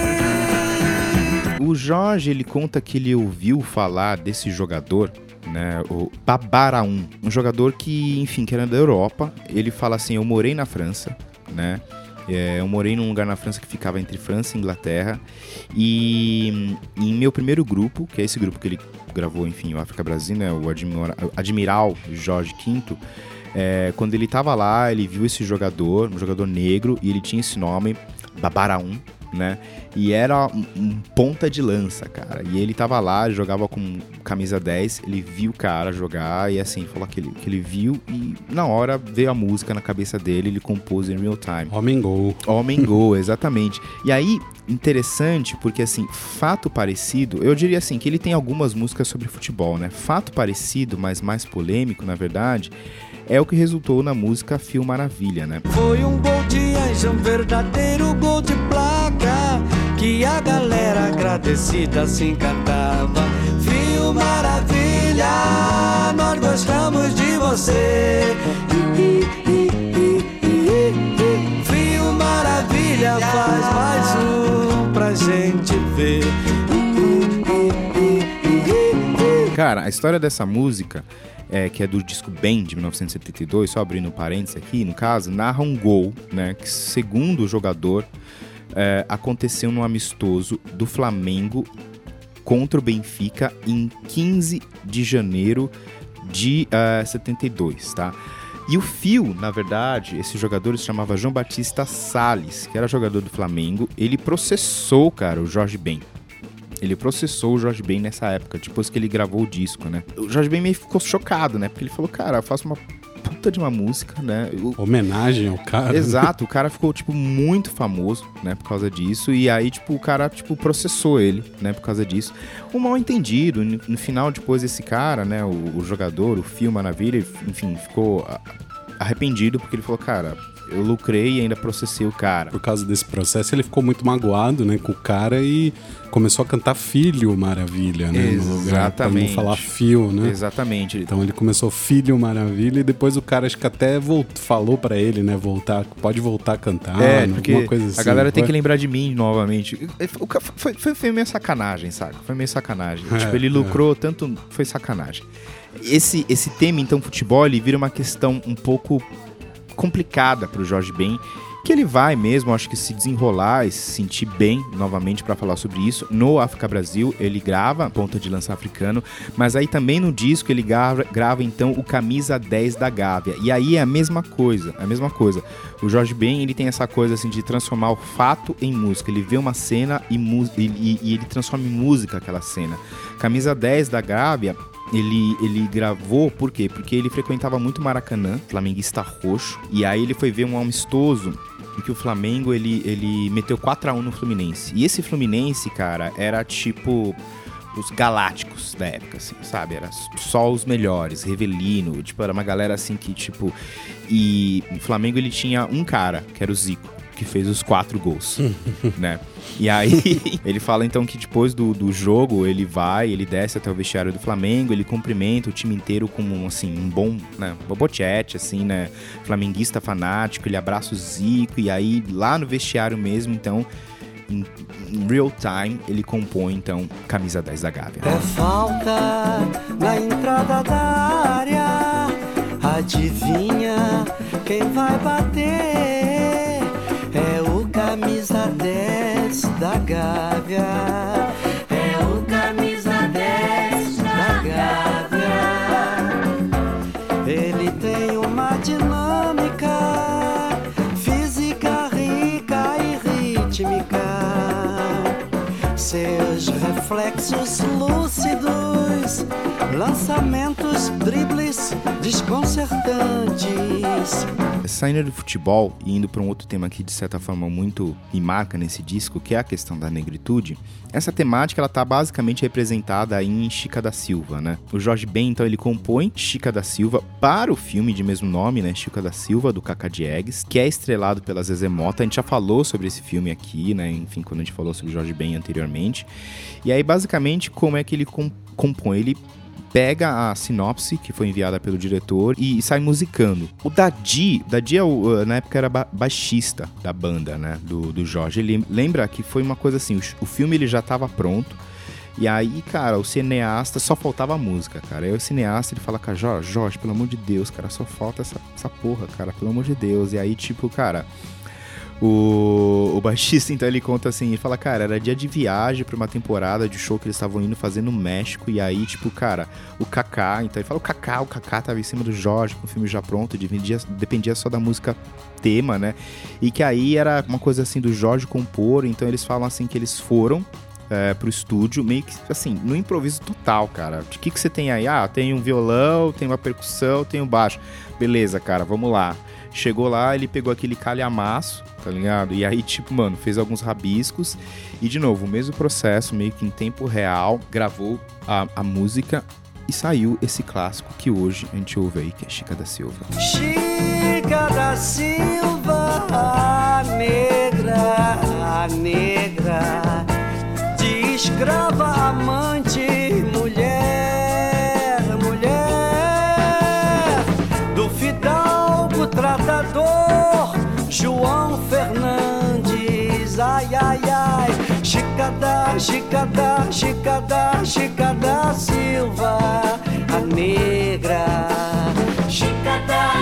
O Jorge, ele conta que ele ouviu falar desse jogador, né, o Mbabaraúma, um jogador que, enfim, que era da Europa. Ele fala assim, eu morei na França, né, eu morei num lugar na França que ficava entre França e Inglaterra, e em meu primeiro grupo, que é esse grupo que ele gravou, enfim, o África Brasil, né, o Admiral Jorge V, quando ele tava lá, ele viu esse jogador, um jogador negro, e ele tinha esse nome, Mbabaraúma, né? E era um ponta de lança, cara. E ele tava lá, jogava com camisa 10, ele viu o cara jogar e assim, falou que ele viu e na hora veio a música na cabeça dele, ele compôs em real time. Homem Gol, exatamente. E aí, interessante, porque assim, fato parecido, eu diria assim, que ele tem algumas músicas sobre futebol, né? Fato parecido, mas mais polêmico, na verdade, é o que resultou na música Fio Maravilha, né? Foi um gol de anjo, um verdadeiro gol de placa, que a galera agradecida se encantava. Fio Maravilha, nós gostamos de você. Fio Maravilha, faz mais um pra gente ver. Cara, a história dessa música, que é do disco Bem, de 1972, só abrindo um parênteses aqui, no caso, narra um gol, né, que segundo o jogador, aconteceu num amistoso do Flamengo contra o Benfica em 15 de janeiro de 72, tá? E o Fio, na verdade, esse jogador se chamava João Batista Salles, que era jogador do Flamengo. Ele processou, cara, o Jorge Ben. Ele processou o Jorge Ben nessa época, depois que ele gravou o disco, né? O Jorge Ben meio ficou chocado, né? Porque ele falou, cara, eu faço uma puta de uma música, né? Homenagem ao cara. Exato, o cara ficou, tipo, muito famoso, né, por causa disso, e aí, tipo, o cara, tipo, processou ele, né, por causa disso. Um mal entendido, no final, depois, esse cara, né, o jogador, o Fio Maravilha, enfim, ficou arrependido, porque ele falou, cara, eu lucrei e ainda processei o cara. Por causa desse processo, ele ficou muito magoado, né, com o cara e começou a cantar Filho Maravilha, né? Exatamente. Pra não falar Fio, né? Exatamente. Então ele começou Filho Maravilha e depois o cara acho que até falou pra ele, né, pode voltar a cantar, porque alguma coisa assim. A galera tem que lembrar de mim novamente. Foi meio sacanagem, sabe? Foi meio sacanagem. Tipo, ele lucrou tanto, foi sacanagem. Esse tema, então, futebol, ele vira uma questão um pouco complicada pro Jorge Ben, que ele vai mesmo, acho que se desenrolar e se sentir bem novamente para falar sobre isso. No África Brasil, ele grava Ponta de Lança Africano, mas aí também no disco ele grava então o Camisa 10 da Gávea. E aí é a mesma coisa. O Jorge Ben, ele tem essa coisa assim de transformar o fato em música. Ele vê uma cena e ele transforma em música aquela cena. Camisa 10 da Gávea, ele gravou, por quê? Porque ele frequentava muito Maracanã, flamenguista roxo, e aí ele foi ver um amistoso em que o Flamengo, ele meteu 4-1 no Fluminense. E esse Fluminense, cara, era tipo os galácticos da época, assim, sabe? Era só os melhores, Rivelino, tipo, era uma galera assim que, tipo... E o Flamengo, ele tinha um cara, que era o Zico, que fez os 4 gols, né? E aí, ele fala então que depois do jogo, ele desce até o vestiário do Flamengo, ele cumprimenta o time inteiro como, assim, um bom, né, bobochete, assim, né, flamenguista fanático, ele abraça o Zico, e aí, lá no vestiário mesmo, então, em real time, ele compõe, então, Camisa 10 da Gávea. É falta na entrada da área, adivinha quem vai bater? É o Camisa 10 da Gávea. É o Camisa 10 da Gávea. Ele tem uma dinâmica física rica e rítmica. Seus reflexos lúcidos, lançamentos, dribles desconcertantes. Saindo do futebol e indo para um outro tema que de certa forma muito me marca nesse disco, que é a questão da negritude, essa temática ela tá basicamente representada em Chica da Silva, né? O Jorge Ben, então, ele compõe Chica da Silva para o filme de mesmo nome, né? Chica da Silva, do Cacá Diegues, que é estrelado pela Zezé Mota. A gente já falou sobre esse filme aqui, né? Enfim, quando a gente falou sobre o Jorge Ben anteriormente. E aí, basicamente, como é que ele compõe? Ele pega a sinopse que foi enviada pelo diretor e sai musicando. O Dadi na época era baixista da banda, né, do Jorge. Ele lembra que foi uma coisa assim, o filme ele já estava pronto, e aí, cara, o cineasta, só faltava a música, cara. Aí o cineasta, ele fala, cara, Jorge, pelo amor de Deus, cara, só falta essa porra, cara, pelo amor de Deus. E aí, tipo, cara... O baixista, então, ele conta assim, ele fala, cara, era dia de viagem pra uma temporada de show que eles estavam indo fazer no México, e aí, tipo, cara, o Kaká, então ele fala, o Kaká tava em cima do Jorge, com o filme já pronto, dependia só da música tema, né, e que aí era uma coisa assim do Jorge compor, então eles falam assim que eles foram pro estúdio, meio que assim, no improviso total, cara. O que você tem aí? Ah, tem um violão, tem uma percussão, tem um baixo. Beleza, cara, vamos lá. Chegou lá, ele pegou aquele calhamaço, tá ligado? E aí, tipo, mano, fez alguns rabiscos e, de novo, o mesmo processo, meio que em tempo real, gravou a música e saiu esse clássico que hoje a gente ouve aí, que é Chica da Silva. Chica da Silva, a negra, de escrava, amante, mulher, do fidalgo, tratador, João Fernandes, ai, ai, ai. Chica Chica da Silva, a negra. Chica da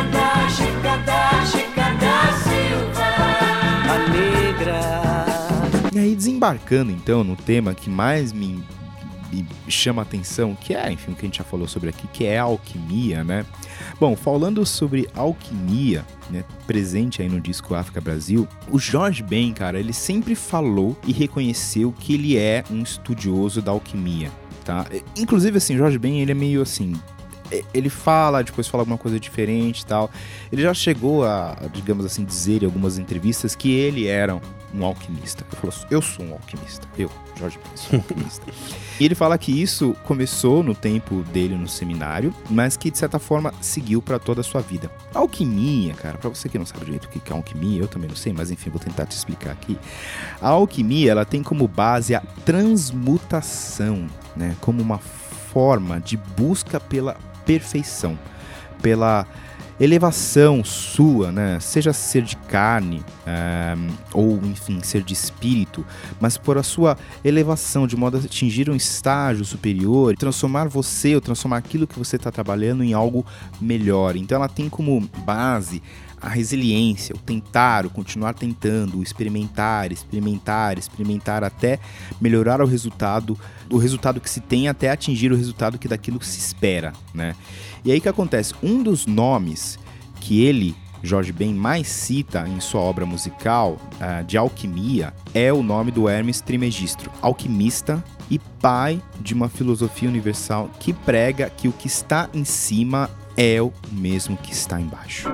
Silva, a negra. E aí, desembarcando então no tema que mais me chama a atenção, que é, enfim, o que a gente já falou sobre aqui, que é a alquimia, né? Bom, falando sobre alquimia, né, presente aí no disco África Brasil, o Jorge Ben, cara, ele sempre falou e reconheceu que ele é um estudioso da alquimia, tá? Inclusive, assim, Jorge Ben, ele é meio assim... Ele fala, depois fala alguma coisa diferente e tal. Ele já chegou a, digamos assim, dizer em algumas entrevistas que ele era um alquimista. Ele falou, eu sou um alquimista. Eu, Jorge Ben, sou um alquimista. E ele fala que isso começou no tempo dele no seminário, mas que, de certa forma, seguiu para toda a sua vida. A alquimia, cara, para você que não sabe direito o que é alquimia, eu também não sei, mas enfim, vou tentar te explicar aqui. A alquimia, ela tem como base a transmutação, né? Como uma forma de busca pela perfeição, pela elevação sua, né? Seja ser de carne ou, enfim, ser de espírito, mas por a sua elevação, de modo a atingir um estágio superior, transformar você ou transformar aquilo que você está trabalhando em algo melhor. Então ela tem como base a resiliência, o tentar, o continuar tentando, o experimentar até melhorar o resultado que se tem até atingir o resultado daquilo que se espera, né? E aí o que acontece? Um dos nomes que ele, Jorge Ben, mais cita em sua obra musical de alquimia é o nome do Hermes Trismegisto, alquimista e pai de uma filosofia universal que prega que o que está em cima é o mesmo que está embaixo.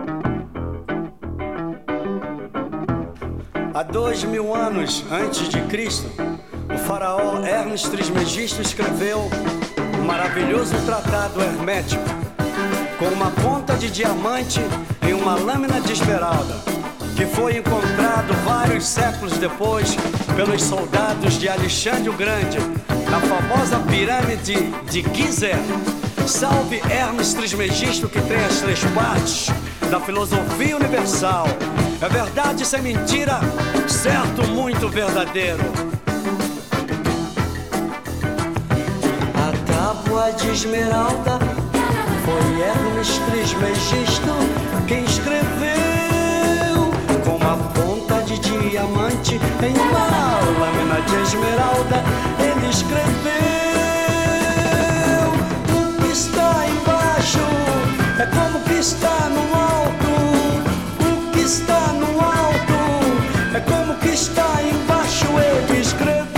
Há 2000 anos antes de Cristo, o faraó Hermes Trismegisto escreveu um maravilhoso tratado hermético com uma ponta de diamante em uma lâmina de esmeralda, que foi encontrado vários séculos depois pelos soldados de Alexandre o Grande, na famosa pirâmide de Gizé. Salve Hermes Trismegisto, que tem as 3 partes da filosofia universal. É verdade sem mentira, certo, muito verdadeiro. A tábua de esmeralda foi Hermes Trismegisto quem escreveu, com uma ponta de diamante em uma lâmina de esmeralda. Ele escreveu: o que está embaixo é como que está no alto. O que está no alto é como que está embaixo. Ele escreveu.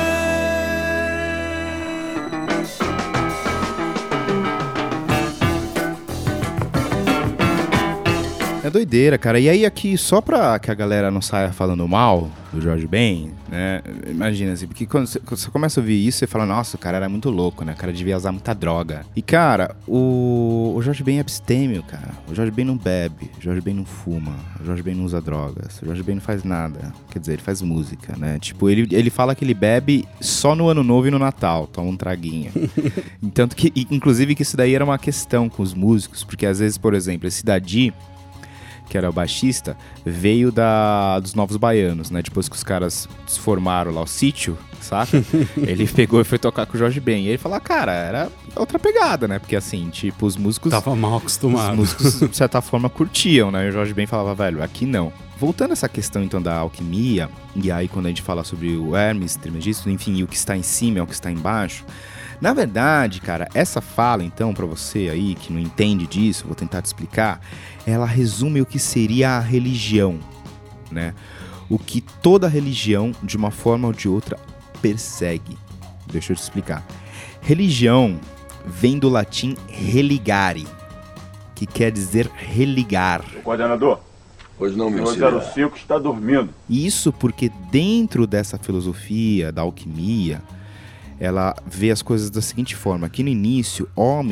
É doideira, cara. E aí aqui, só pra que a galera não saia falando mal do Jorge Ben, né? Imagina assim, porque quando você começa a ouvir isso, você fala, nossa, o cara era muito louco, né? O cara devia usar muita droga. E, cara, o Jorge Ben é abstêmio, cara. O Jorge Ben não bebe, o Jorge Ben não fuma, o Jorge Ben não usa drogas, o Jorge Ben não faz nada. Quer dizer, ele faz música, né? Tipo, ele fala que ele bebe só no Ano Novo e no Natal, toma um traguinho. Tanto que, inclusive, que isso daí era uma questão com os músicos, porque às vezes, por exemplo, esse Dadi, que era o baixista, veio dos Novos Baianos, né? Depois que os caras formaram lá o Sítio, saca? Ele pegou e foi tocar com o Jorge Ben. E ele falou, cara, era outra pegada, né? Porque assim, tipo, os músicos... Tava mal acostumado. Os músicos, de certa forma, curtiam, né? E o Jorge Ben falava, velho, aqui não. Voltando a essa questão, então, da alquimia, e aí quando a gente fala sobre o Hermes Trismegisto, enfim, o que está em cima é o que está embaixo. Na verdade, cara, essa fala, então, pra você aí que não entende disso, vou tentar te explicar, ela resume o que seria a religião, né? O que toda religião, de uma forma ou de outra, persegue. Deixa eu te explicar. Religião vem do latim religare, que quer dizer religar. Coordenador, pois não, meu senhor 05 está dormindo. Isso porque dentro dessa filosofia da alquimia, ela vê as coisas da seguinte forma, que no início, homem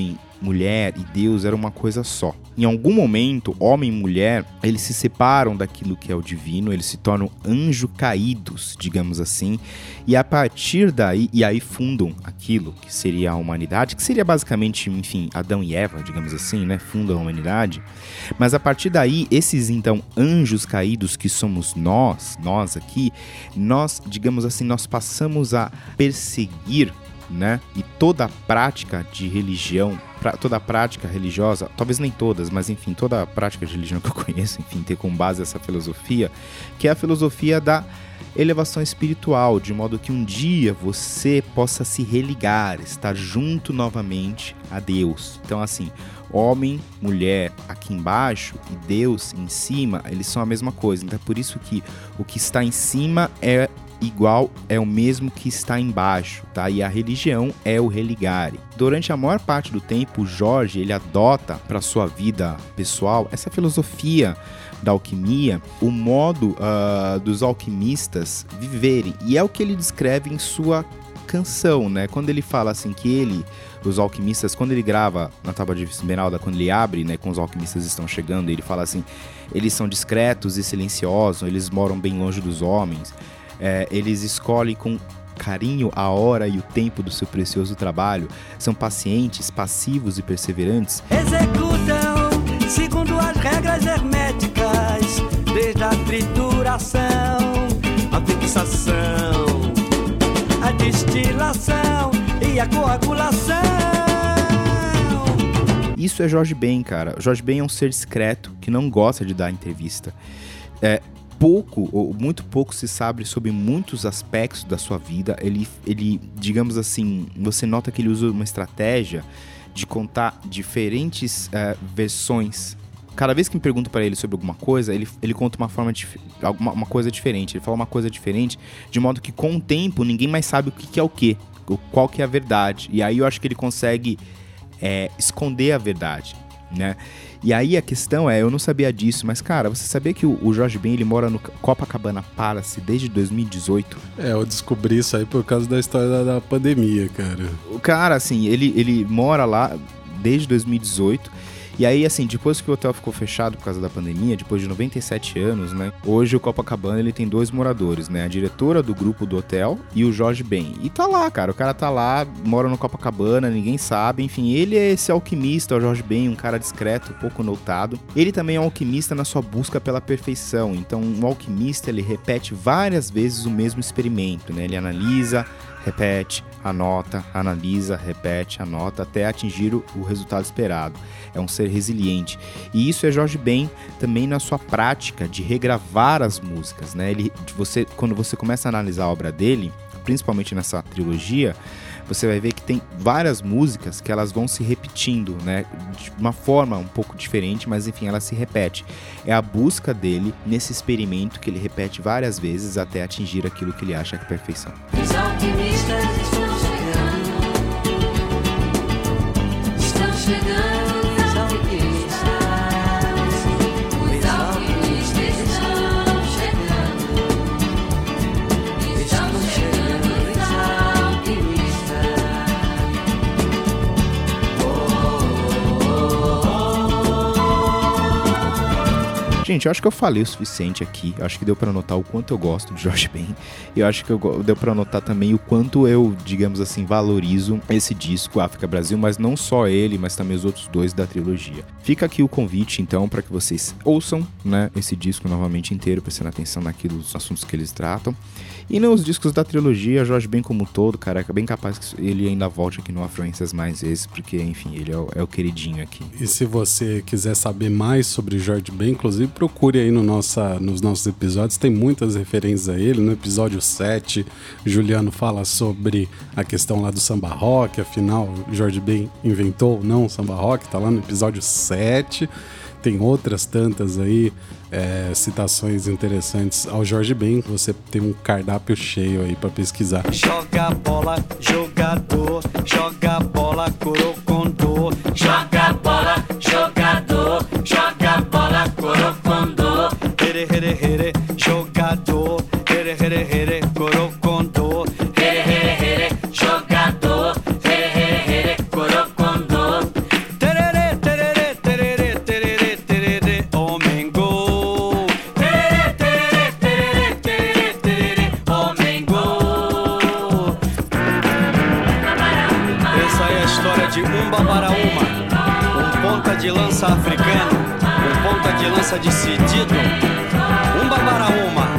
mulher e Deus era uma coisa só. Em algum momento, homem e mulher, eles se separam daquilo que é o divino, eles se tornam anjos caídos, digamos assim, e a partir daí, e aí fundam aquilo que seria a humanidade, que seria basicamente, enfim, Adão e Eva, digamos assim, né, fundam a humanidade, mas a partir daí, esses então anjos caídos que somos nós aqui, nós, digamos assim, nós passamos a perseguir, né? E toda a prática de religião, toda a prática religiosa, talvez nem todas, mas enfim, toda a prática de religião que eu conheço, enfim, ter como base essa filosofia, que é a filosofia da elevação espiritual, de modo que um dia você possa se religar, estar junto novamente a Deus. Então, assim, homem, mulher aqui embaixo e Deus em cima, eles são a mesma coisa. Então é por isso que o que está em cima é igual, é o mesmo que está embaixo, tá? E a religião é o religare. Durante a maior parte do tempo, o Jorge, ele adota para sua vida pessoal essa filosofia da alquimia, o modo dos alquimistas viverem. E é o que ele descreve em sua canção, né? Quando ele fala assim que os alquimistas, quando ele grava na Tábua de Esmeralda, quando ele abre, né, com os alquimistas estão chegando, ele fala assim, eles são discretos e silenciosos, eles moram bem longe dos homens, eles escolhem com carinho a hora e o tempo do seu precioso trabalho, são pacientes, passivos e perseverantes. Executam segundo as regras herméticas, desde a trituração, a fixação, a destilação e a coagulação. Isso é Jorge Ben, cara. Jorge Ben é um ser discreto que não gosta de dar entrevista. Pouco, ou muito pouco se sabe sobre muitos aspectos da sua vida. Ele, digamos assim, você nota que ele usa uma estratégia de contar diferentes versões. Cada vez que me pergunto para ele sobre alguma coisa, ele conta uma coisa diferente. Ele fala uma coisa diferente, de modo que com o tempo ninguém mais sabe o que é o quê, qual que é a verdade. E aí eu acho que ele consegue esconder a verdade, né? E aí a questão eu não sabia disso, mas cara, você sabia que o Jorge Ben, ele mora no Copacabana Palace desde 2018? Eu descobri isso aí por causa da história da pandemia, cara. O cara, assim, ele mora lá desde 2018. E aí, assim, depois que o hotel ficou fechado por causa da pandemia, depois de 97 anos, né? Hoje o Copacabana, ele tem 2 moradores, né? A diretora do grupo do hotel e o Jorge Ben. E tá lá, cara. O cara tá lá, mora no Copacabana, ninguém sabe. Enfim, ele é esse alquimista, o Jorge Ben, um cara discreto, pouco notado. Ele também é um alquimista na sua busca pela perfeição. Então, um alquimista, ele repete várias vezes o mesmo experimento, né? Ele analisa, repete, anota, analisa, repete, anota, até atingir o resultado esperado. É um ser resiliente. E isso é Jorge Ben também na sua prática de regravar as músicas, né? Quando você começa a analisar a obra dele, principalmente nessa trilogia, você vai ver que tem várias músicas que elas vão se repetindo, né? De uma forma um pouco diferente, mas enfim, ela se repete. É a busca dele nesse experimento que ele repete várias vezes até atingir aquilo que ele acha que é perfeição. Os alquimistas estão chegando. Estão chegando. Gente, eu acho que eu falei o suficiente aqui. Eu acho que deu pra notar o quanto eu gosto de Jorge Ben. E eu acho que deu pra notar também o quanto eu, digamos assim, valorizo esse disco, África Brasil, mas não só ele, mas também os outros 2 da trilogia. Fica aqui o convite, então, para que vocês ouçam, né, esse disco novamente inteiro, prestando atenção naqueles assuntos que eles tratam. E nos discos da trilogia, Jorge Ben como um todo, cara, é bem capaz que ele ainda volte aqui no Afluências mais vezes, porque, enfim, ele é o queridinho aqui. E se você quiser saber mais sobre Jorge Ben, inclusive, procure aí nos nossos episódios, tem muitas referências a ele. No episódio 7, Juliano fala sobre a questão lá do samba rock, afinal, Jorge Ben inventou ou não o samba rock, tá lá no episódio 7. Tem outras tantas aí, citações interessantes ao Jorge Ben. Você tem um cardápio cheio aí pra pesquisar. Joga bola, jogador, joga bola, corocondô. Joga bola, jogador, joga bola, corocondô. Here, here, here, jogador, here, here, here, corocondô. Here, here, here, jogador, here, here, here, corocondô. história de Umbabaraúma, ponta de lança africano, ponta de lança decidido, Umbabaraúma.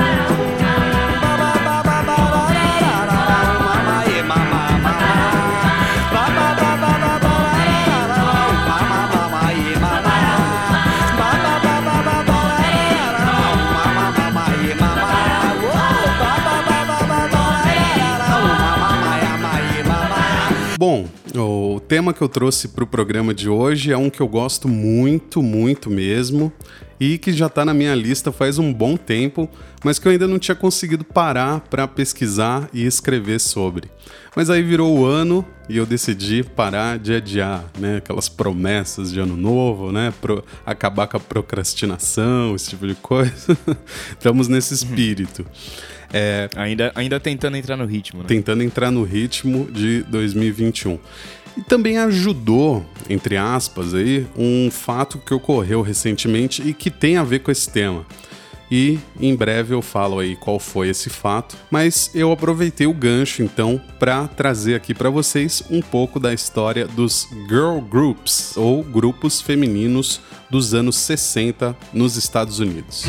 Bom, o tema que eu trouxe para o programa de hoje é um que eu gosto muito, muito mesmo e que já está na minha lista faz um bom tempo, mas que eu ainda não tinha conseguido parar para pesquisar e escrever sobre. Mas aí virou o ano e eu decidi parar de adiar, né? Aquelas promessas de ano novo, né? Acabar com a procrastinação, esse tipo de coisa. Estamos nesse espírito. Ainda tentando entrar no ritmo, né? Tentando entrar no ritmo de 2021. E também ajudou, entre aspas, aí, um fato que ocorreu recentemente e que tem a ver com esse tema. E em breve eu falo aí qual foi esse fato, mas eu aproveitei o gancho então para trazer aqui para vocês um pouco da história dos girl groups, ou grupos femininos dos anos 60 nos Estados Unidos.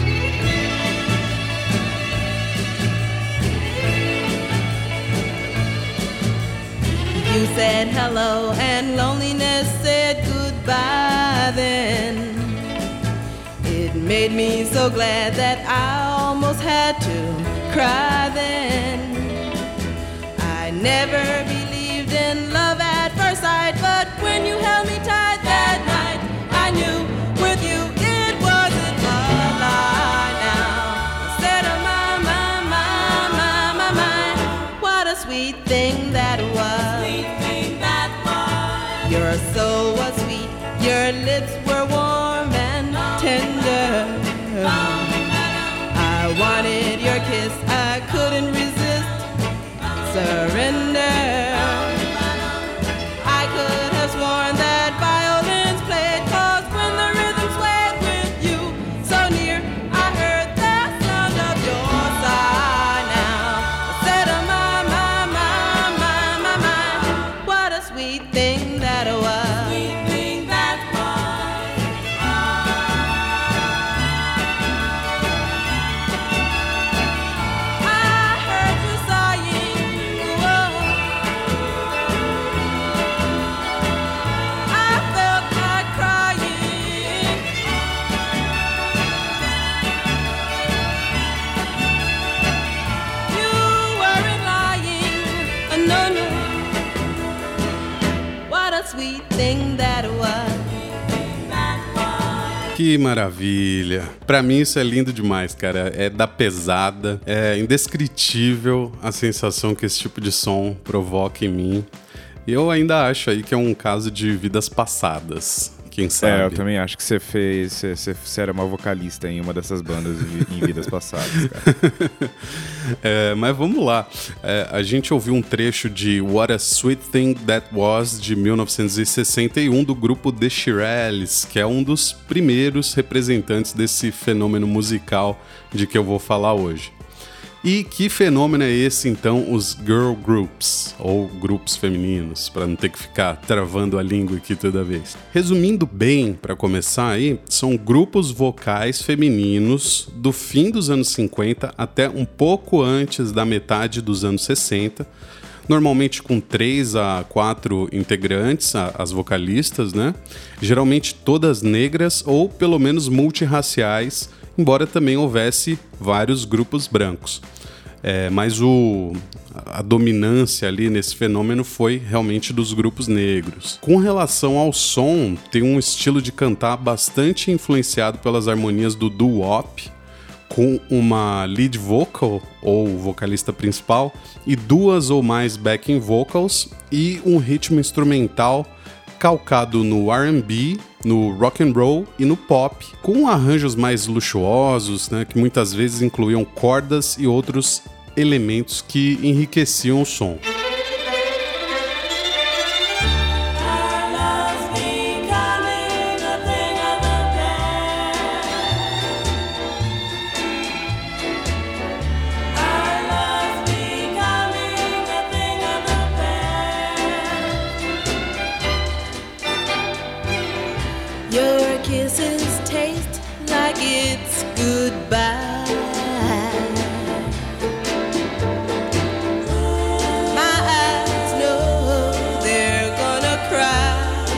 You said hello and loneliness said goodbye then. It made me so glad that I almost had to cry then. I never believed in love at first sight, but when you held me tight that night, I knew with you it wasn't a lie now. Instead of my, what a sweet thing that was. Your soul was sweet, your lips were warm and tender. I wanted your kiss, I couldn't resist surrender. I could have sworn that violins played, 'cause when the rhythm swayed with you so near, I heard the sound of your sigh now. I said, oh my, what a sweet thing that was. Sweet thing that was. Que maravilha! Pra mim isso é lindo demais, cara. É da pesada, é indescritível a sensação que esse tipo de som provoca em mim. E eu ainda acho aí que é um caso de vidas passadas. Quem sabe? Eu também acho que você era uma vocalista em uma dessas bandas em vidas passadas, cara. Mas vamos lá. A gente ouviu um trecho de What a Sweet Thing That Was, de 1961, do grupo The Shirelles, que é um dos primeiros representantes desse fenômeno musical de que eu vou falar hoje. E que fenômeno é esse, então, os girl groups, ou grupos femininos, para não ter que ficar travando a língua aqui toda vez? Resumindo bem, para começar aí, são grupos vocais femininos do fim dos anos 50 até um pouco antes da metade dos anos 60, normalmente com 3 a 4 integrantes, as vocalistas, né? Geralmente todas negras ou pelo menos multirraciais, embora também houvesse vários grupos brancos. Mas a dominância ali nesse fenômeno foi realmente dos grupos negros. Com relação ao som, tem um estilo de cantar bastante influenciado pelas harmonias do doo-wop, com uma lead vocal, ou vocalista principal, e 2 ou mais backing vocals, e um ritmo instrumental calcado no R&B, no rock and roll e no pop, com arranjos mais luxuosos, né, que muitas vezes incluíam cordas e outros elementos que enriqueciam o som. goodbye. My eyes know they're gonna cry.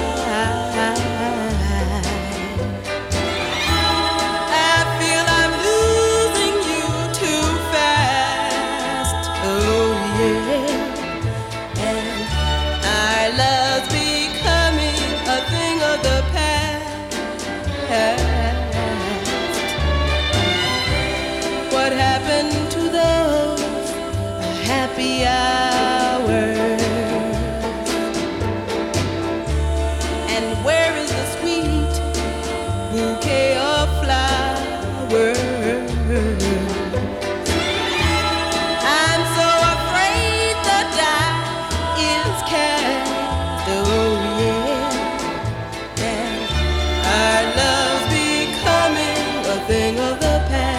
I feel I'm losing you too fast. Oh yeah. And our love's becoming a thing of the past. What happened to those happy hours? And where is the sweet bouquet of flowers? I'm so afraid the die is cast. Oh yeah. And our love's becoming a thing of the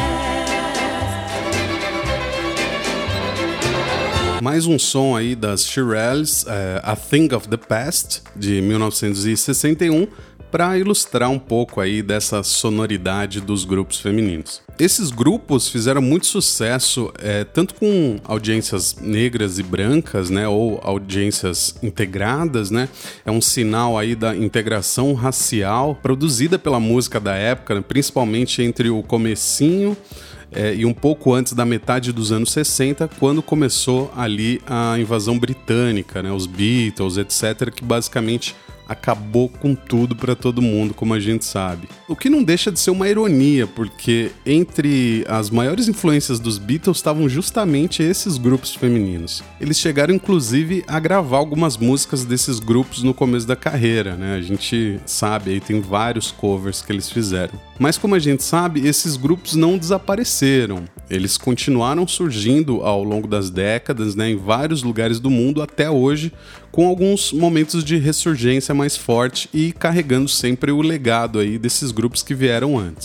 Mais um som aí das Shirelles, A Thing of the Past, de 1961, para ilustrar um pouco aí dessa sonoridade dos grupos femininos. Esses grupos fizeram muito sucesso, tanto com audiências negras e brancas, né, ou audiências integradas, né, é um sinal aí da integração racial produzida pela música da época, né, principalmente entre o comecinho e um pouco antes da metade dos anos 60, quando começou ali a invasão britânica, né, os Beatles, etc., que basicamente acabou com tudo para todo mundo, como a gente sabe. O que não deixa de ser uma ironia, porque entre as maiores influências dos Beatles estavam justamente esses grupos femininos. Eles chegaram inclusive a gravar algumas músicas desses grupos no começo da carreira, né? A gente sabe, aí tem vários covers que eles fizeram. Mas como a gente sabe, esses grupos não desapareceram. Eles continuaram surgindo ao longo das décadas, né, em vários lugares do mundo até hoje, com alguns momentos de ressurgência mais forte e carregando sempre o legado aí desses grupos que vieram antes.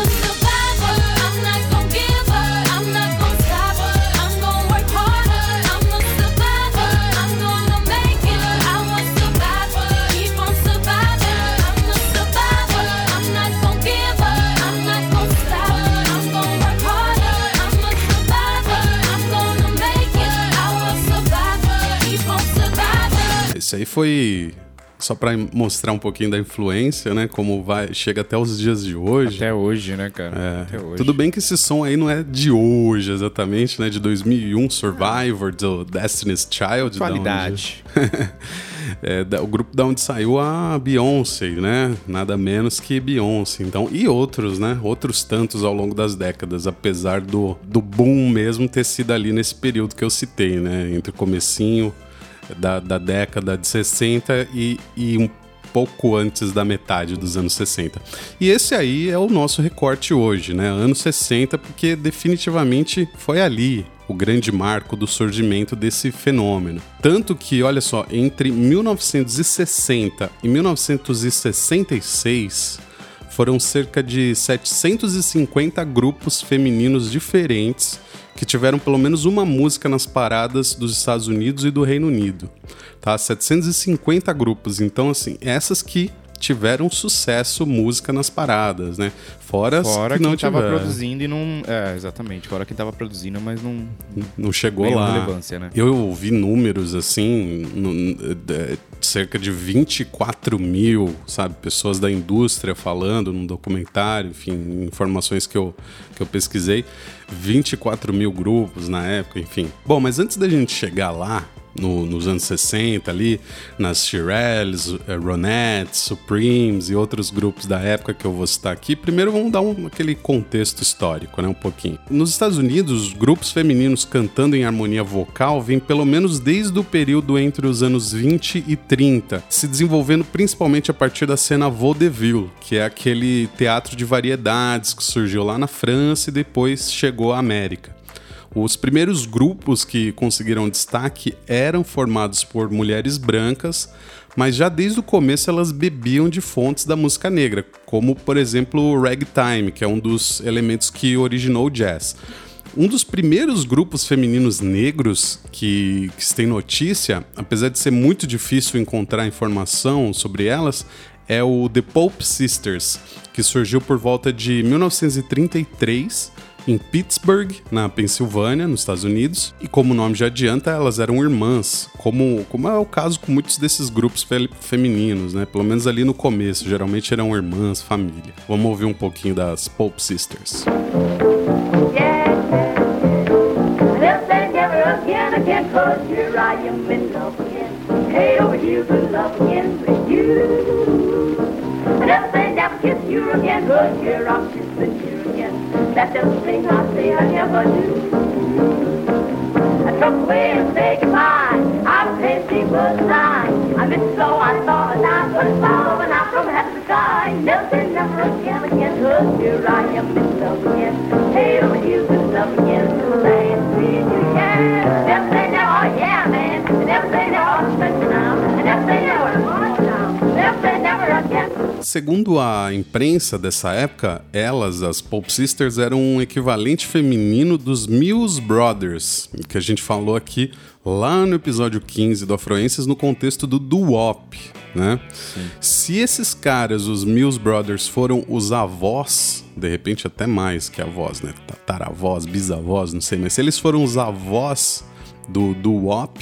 Isso aí foi só pra mostrar um pouquinho da influência, né? Como chega até os dias de hoje. Até hoje, né, cara? Até hoje. Tudo bem que esse som aí não é de hoje exatamente, né? De 2001, Survivor, do Destiny's Child. Qualidade. O grupo da onde saiu a Beyoncé, né? Nada menos que Beyoncé. Então, e outros, né? Outros tantos ao longo das décadas, apesar do boom mesmo ter sido ali nesse período que eu citei, né? Entre o comecinho da década de 60 e um pouco antes da metade dos anos 60. E esse aí é o nosso recorte hoje, né? Anos 60, porque definitivamente foi ali o grande marco do surgimento desse fenômeno. Tanto que, olha só, entre 1960 e 1966 foram cerca de 750 grupos femininos diferentes que tiveram pelo menos uma música nas paradas dos Estados Unidos e do Reino Unido, tá? 750 grupos, então assim, essas que tiveram sucesso, música nas paradas, né? Fora que não tava produzindo e não... exatamente. Fora quem tava produzindo, mas não chegou lá. Relevância, né? Eu ouvi números, assim, cerca de 24 mil, sabe? Pessoas da indústria falando num documentário, enfim, informações que eu pesquisei. 24 mil grupos na época, enfim. Bom, mas antes da gente chegar lá, nos anos 60 ali, nas Shirelles, Ronettes, Supremes e outros grupos da época que eu vou citar aqui, primeiro vamos dar aquele contexto histórico, né, um pouquinho. Nos Estados Unidos, os grupos femininos cantando em harmonia vocal vêm pelo menos desde o período entre os anos 20 e 30, se desenvolvendo principalmente a partir da cena vaudeville, que é aquele teatro de variedades que surgiu lá na França e depois chegou à América. Os primeiros grupos que conseguiram destaque eram formados por mulheres brancas, mas já desde o começo elas bebiam de fontes da música negra, como, por exemplo, o ragtime, que é um dos elementos que originou o jazz. Um dos primeiros grupos femininos negros que se tem notícia, apesar de ser muito difícil encontrar informação sobre elas, é o The Pope Sisters, que surgiu por volta de 1933 em Pittsburgh, na Pensilvânia, nos Estados Unidos. E como o nome já adianta, elas eram irmãs, como é o caso com muitos desses grupos femininos, né? Pelo menos ali no começo, geralmente eram irmãs, família. Vamos ouvir um pouquinho das Pope Sisters. That's the thing I say I never do. I took away and say goodbye. I'm pacing for the night. I miss so I saw the night, but it's all when I from heaven to sky. Never say never again, cause here I am in love again. Hey, over you in love again. Saying sweet New Year. Never say never, oh yeah, man. Never say never, special now. Never say never, now. Never say never again. Segundo a imprensa dessa época, elas, as Pope Sisters, eram um equivalente feminino dos Mills Brothers, que a gente falou aqui lá no episódio 15 do Afroências, no contexto do doo-wop, né? Sim. Se esses caras, os Mills Brothers, foram os avós, de repente até mais que avós, né? Tataravós, bisavós, não sei, mas se eles foram os avós do doo-wop,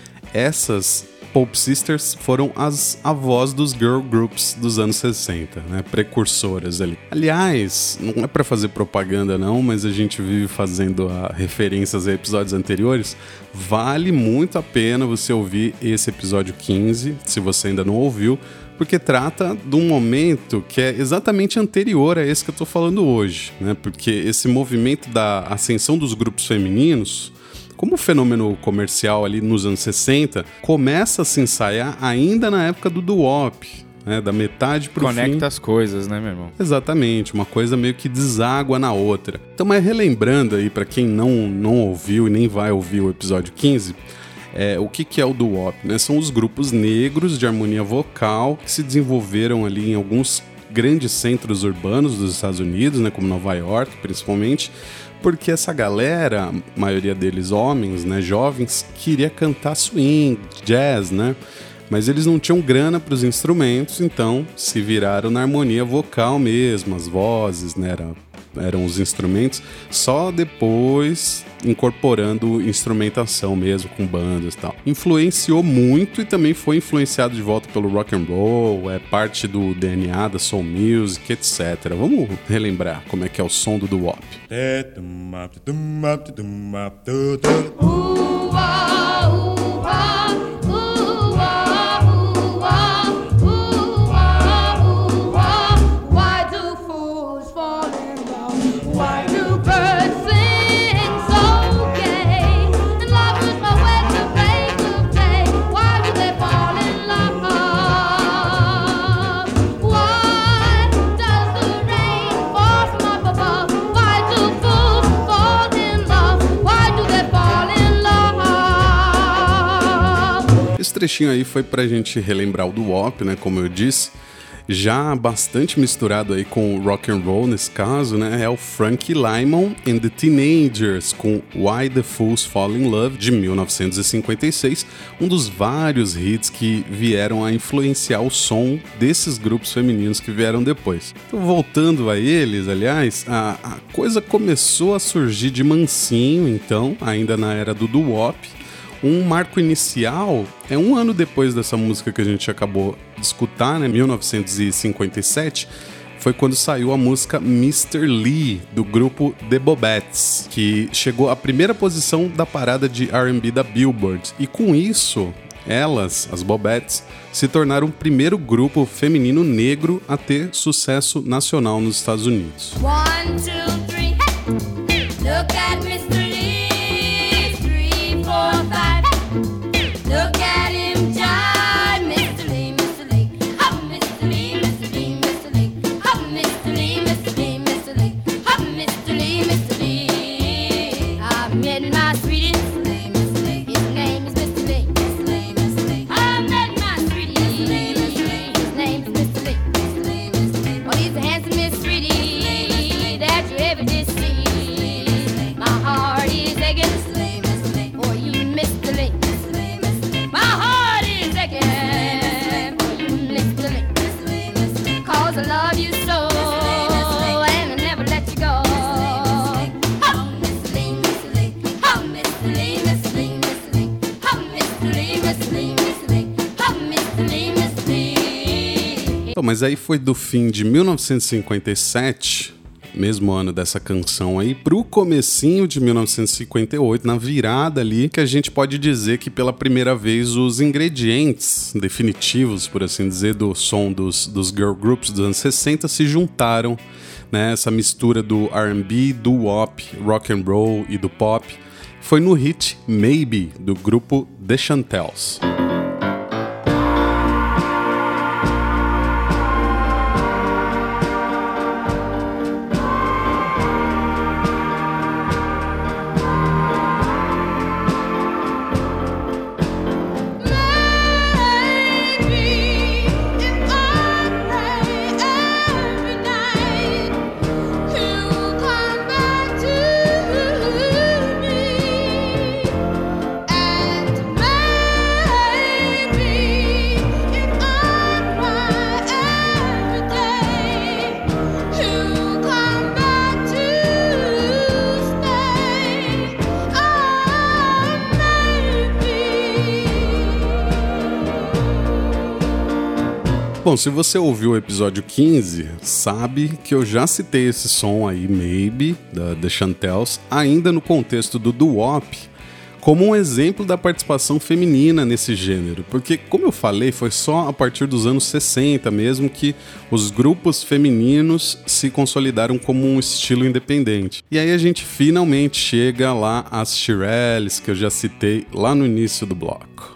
essas Pope Sisters foram as avós dos girl groups dos anos 60, né? Precursoras ali. Aliás, não é pra fazer propaganda não, mas a gente vive fazendo referências a episódios anteriores. Vale muito a pena você ouvir esse episódio 15, se você ainda não ouviu, porque trata de um momento que é exatamente anterior a esse que eu tô falando hoje, né? Porque esse movimento da ascensão dos grupos femininos, como fenômeno comercial ali nos anos 60, começa a se ensaiar ainda na época do doo-wop, né? Da metade pro fim. Conecta as coisas, né, meu irmão? Exatamente, uma coisa meio que deságua na outra. Então, mas relembrando aí, pra quem não ouviu e nem vai ouvir o episódio 15, o que é o doo-wop, né? São os grupos negros de harmonia vocal que se desenvolveram ali em alguns grandes centros urbanos dos Estados Unidos, né, como Nova York, principalmente, porque essa galera, a maioria deles homens, né, jovens, queria cantar swing, jazz, né? Mas eles não tinham grana para os instrumentos, então se viraram na harmonia vocal mesmo, as vozes, né, eram os instrumentos, só depois incorporando instrumentação mesmo, com bandas e tal. Influenciou muito e também foi influenciado de volta pelo rock and roll, é parte do DNA da soul music, etc. Vamos relembrar como é que é o som do doo-wop. Esse trechinho aí foi pra gente relembrar o doo-wop, né, como eu disse, já bastante misturado aí com rock and roll nesse caso, né, é o Frankie Lymon and the Teenagers com Why the Fools Fall in Love, de 1956, um dos vários hits que vieram a influenciar o som desses grupos femininos que vieram depois. Então, voltando a eles, aliás, a coisa começou a surgir de mansinho, então, ainda na era do doo-wop. Um marco inicial é um ano depois dessa música que a gente acabou de escutar, né, 1957, foi quando saiu a música Mr. Lee, do grupo The Bobettes, que chegou à primeira posição da parada de R&B da Billboard. E com isso, elas, as Bobettes, se tornaram o primeiro grupo feminino negro a ter sucesso nacional nos Estados Unidos. 1, 2, 3, look at Mr. Lee, 3, 4, 5. Look at him jive, Mr. Lee, Mr. Lee. Hop, Mr. Lee, Mr. Lee, Mr. Lee. Hop, Mr. Lee, Mr. Lee, Mr. Lee. Hop, Mr. Lee, Mr. Lee. I met my sweetie, Mr. Lee, Mr. Lee. His name is Mr. Lee, Mr. Lee, Mr. Lee. I met my sweetie, Mr. Lee, Mr. Lee. His name is Mr. Lee, Mr. Lee, Mr. Lee. Well, he's the handsomest sweetie that you ever Então, mas aí foi do fim de 1957, mesmo ano dessa canção aí, pro comecinho de 1958, na virada ali, que a gente pode dizer que pela primeira vez os ingredientes definitivos, por assim dizer, do som dos girl groups dos anos 60 se juntaram, né? Essa mistura do R&B, do wop, rock and roll e do pop foi no hit Maybe, do grupo The Chantels. Bom, se você ouviu o episódio 15, sabe que eu já citei esse som aí, Maybe, da The Chantels, ainda no contexto do doo-wop, como um exemplo da participação feminina nesse gênero. Porque, como eu falei, foi só a partir dos anos 60 mesmo que os grupos femininos se consolidaram como um estilo independente. E aí a gente finalmente chega lá às Shirelles, que eu já citei lá no início do bloco.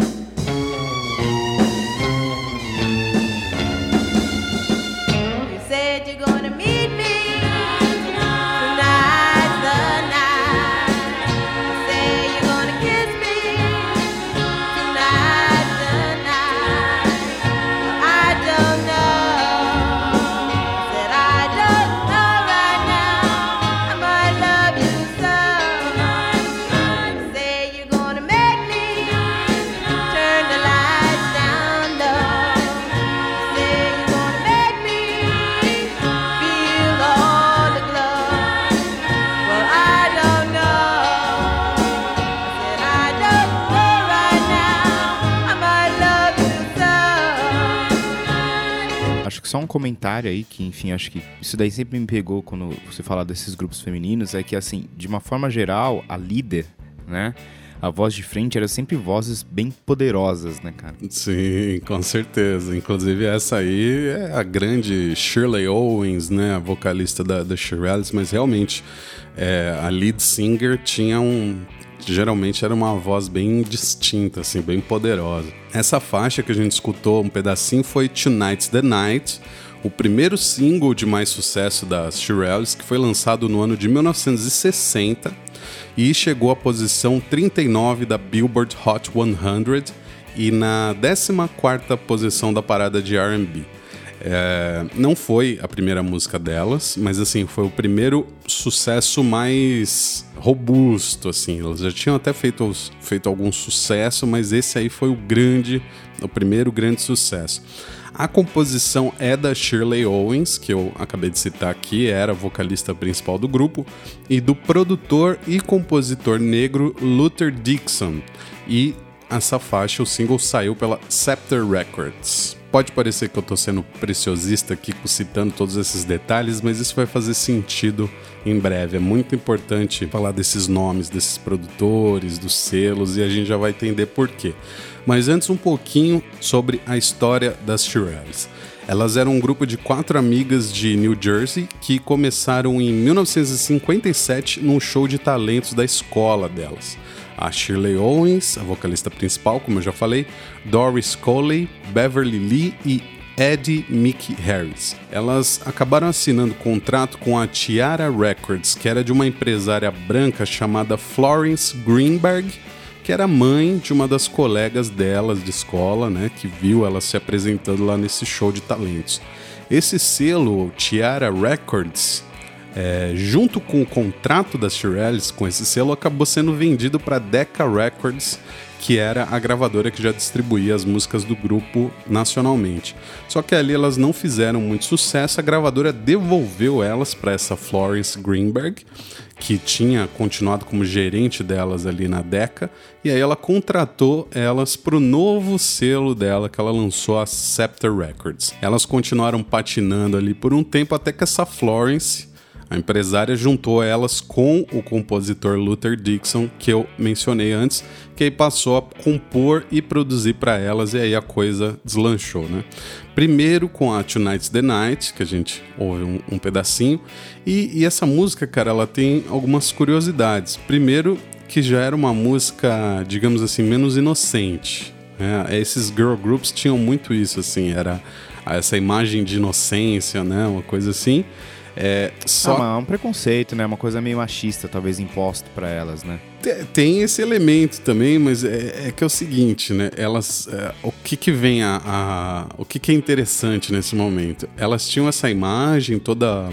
Só um comentário aí, que enfim, acho que isso daí sempre me pegou quando você fala desses grupos femininos, é que assim, de uma forma geral, a líder, né, a voz de frente era sempre vozes bem poderosas, né, cara? Sim, com certeza. Inclusive essa aí é a grande Shirley Owens, né, a vocalista da Shirelles, mas realmente a lead singer tinha geralmente era uma voz bem distinta, assim, bem poderosa. Essa faixa que a gente escutou um pedacinho foi Tonight's the Night, o primeiro single de mais sucesso das Shirelles, que foi lançado no ano de 1960 e chegou à posição 39 da Billboard Hot 100 e na 14ª posição da parada de R&B. Não foi a primeira música delas, mas assim, foi o primeiro sucesso mais robusto, assim. Elas já tinham até feito algum sucesso, mas esse aí foi o primeiro grande sucesso. A composição é da Shirley Owens, que eu acabei de citar aqui, era a vocalista principal do grupo, e do produtor e compositor negro Luther Dixon. E essa faixa, o single, saiu pela Scepter Records. Pode parecer que eu tô sendo preciosista aqui citando todos esses detalhes, mas isso vai fazer sentido em breve. É muito importante falar desses nomes, desses produtores, dos selos, e a gente já vai entender por quê. Mas antes um pouquinho sobre a história das Shirelles. Elas eram um grupo de 4 amigas de New Jersey que começaram em 1957 num show de talentos da escola delas. A Shirley Owens, a vocalista principal, como eu já falei, Doris Coley, Beverly Lee e Eddie Mickey Harris. Elas acabaram assinando contrato com a Tiara Records, que era de uma empresária branca chamada Florence Greenberg, que era mãe de uma das colegas delas de escola, né, que viu elas se apresentando lá nesse show de talentos. Esse selo, Tiara Records, junto com o contrato das Shirelles com esse selo, acabou sendo vendido para Decca Records, que era a gravadora que já distribuía as músicas do grupo nacionalmente. Só que ali elas não fizeram muito sucesso, a gravadora devolveu elas para essa Florence Greenberg, que tinha continuado como gerente delas ali na Decca, e aí ela contratou elas para o novo selo dela, que ela lançou, a Scepter Records. Elas continuaram patinando ali por um tempo, até que essa Florence, a empresária, juntou elas com o compositor Luther Dixon, que eu mencionei antes, que aí passou a compor e produzir para elas, e aí a coisa deslanchou, né? Primeiro com a Tonight's the Night, que a gente ouve um pedacinho, e essa música, cara, ela tem algumas curiosidades. Primeiro, que já era uma música, digamos assim, menos inocente, né? Esses girl groups tinham muito isso, assim, era essa imagem de inocência, né? Uma coisa assim. Mas é um preconceito, né? Uma coisa meio machista, talvez imposto pra elas, né? Tem esse elemento também, mas é que é o seguinte, né? Elas, o que vem o que é interessante nesse momento? Elas tinham essa imagem toda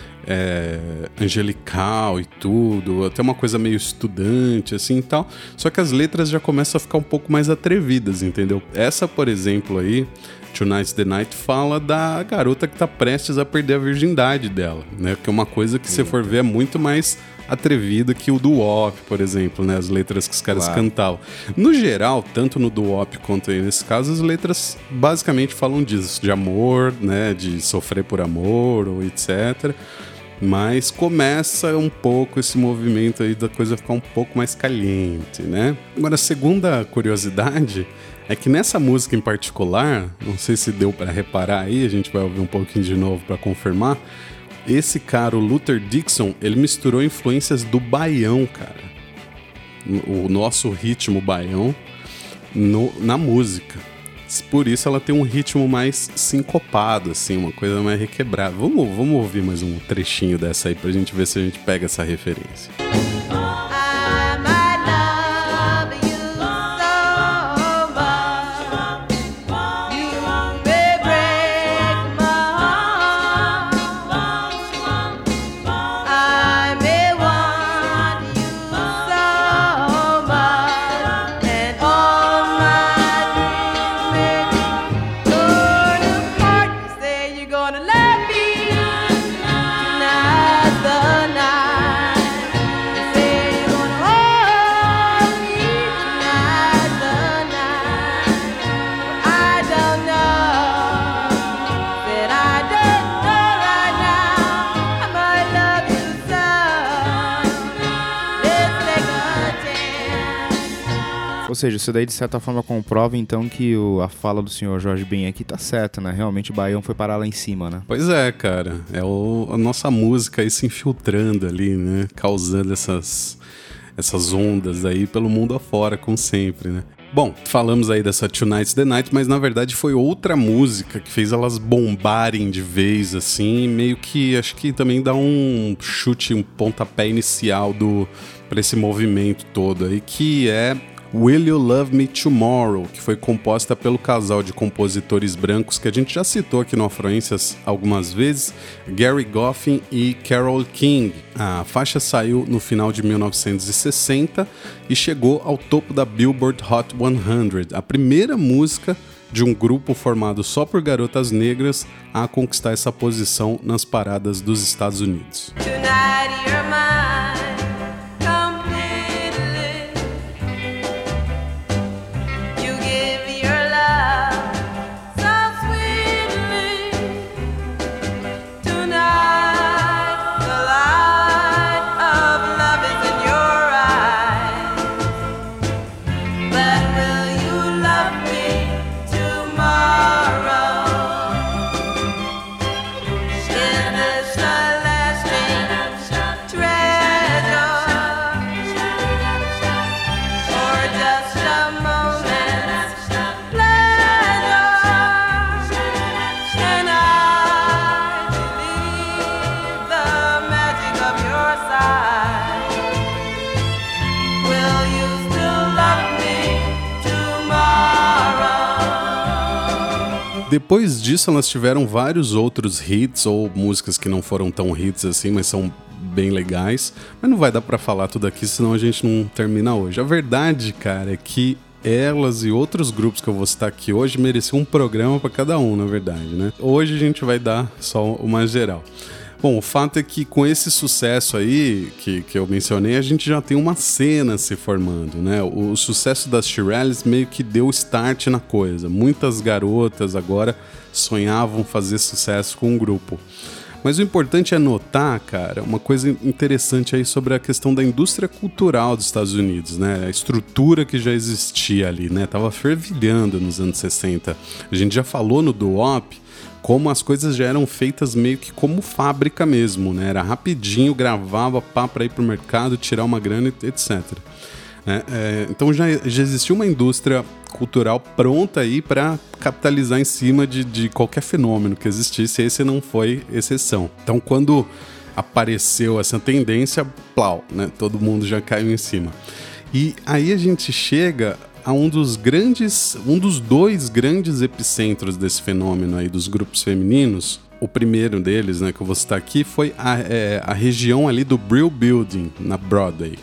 angelical e tudo, até uma coisa meio estudante, assim e tal. Só que as letras já começam a ficar um pouco mais atrevidas, entendeu? Essa, por exemplo, aí, Tonight's the Night, fala da garota que tá prestes a perder a virgindade dela, né? Que é uma coisa que, se for ver, é muito mais atrevida que o doo-wop, por exemplo, né? As letras que os caras cantavam. No geral, tanto no doo-wop quanto aí nesse caso, as letras basicamente falam disso, de amor, né? De sofrer por amor, ou etc. Mas começa um pouco esse movimento aí da coisa ficar um pouco mais caliente, né? Agora, a segunda curiosidade é que nessa música em particular, não sei se deu para reparar aí, a gente vai ouvir um pouquinho de novo para confirmar, esse cara, o Luther Dixon, ele misturou influências do baião, cara. O nosso ritmo baião na música. Por isso ela tem um ritmo mais sincopado, assim, uma coisa mais requebrada. Vamos ouvir mais um trechinho dessa aí pra gente ver se a gente pega essa referência. Ou seja, isso daí de certa forma comprova então que a fala do senhor Jorge Ben aqui tá certa, né? Realmente o baião foi parar lá em cima, né? Pois é, cara. É a nossa música aí se infiltrando ali, né? Causando essas ondas aí pelo mundo afora, como sempre, né? Bom, falamos aí dessa Tonight's the Night, mas na verdade foi outra música que fez elas bombarem de vez, assim, meio que, acho que também dá um chute, um pontapé inicial pra esse movimento todo aí, que é Will You Love Me Tomorrow, que foi composta pelo casal de compositores brancos que a gente já citou aqui no Afroências algumas vezes, Gary Goffin e Carole King. A faixa saiu no final de 1960 e chegou ao topo da Billboard Hot 100, a primeira música de um grupo formado só por garotas negras a conquistar essa posição nas paradas dos Estados Unidos. Depois disso, elas tiveram vários outros hits ou músicas que não foram tão hits assim, mas são bem legais. Mas não vai dar pra falar tudo aqui, senão a gente não termina hoje. A verdade, cara, é que elas e outros grupos que eu vou citar aqui hoje mereciam um programa para cada um, na verdade, né? Hoje a gente vai dar só o mais geral. Bom, o fato é que com esse sucesso aí que eu mencionei, a gente já tem uma cena se formando, né? O sucesso das Shirelles meio que deu start na coisa. Muitas garotas agora sonhavam fazer sucesso com um grupo. Mas o importante é notar, cara, uma coisa interessante aí sobre a questão da indústria cultural dos Estados Unidos, né? A estrutura que já existia ali, né? Tava fervilhando nos anos 60. A gente já falou no Doo-Wop como as coisas já eram feitas meio que como fábrica mesmo, né? Era rapidinho, gravava pá pra ir pro mercado, tirar uma grana, etc. Então já existia uma indústria cultural pronta aí para capitalizar em cima de qualquer fenômeno que existisse, esse não foi exceção. Então quando apareceu essa tendência, plau, né? Todo mundo já caiu em cima. E aí a gente chega a um dos dois grandes epicentros desse fenômeno aí dos grupos femininos. O primeiro deles, né, que eu vou citar aqui, foi a região ali do Brill Building, na Broadway,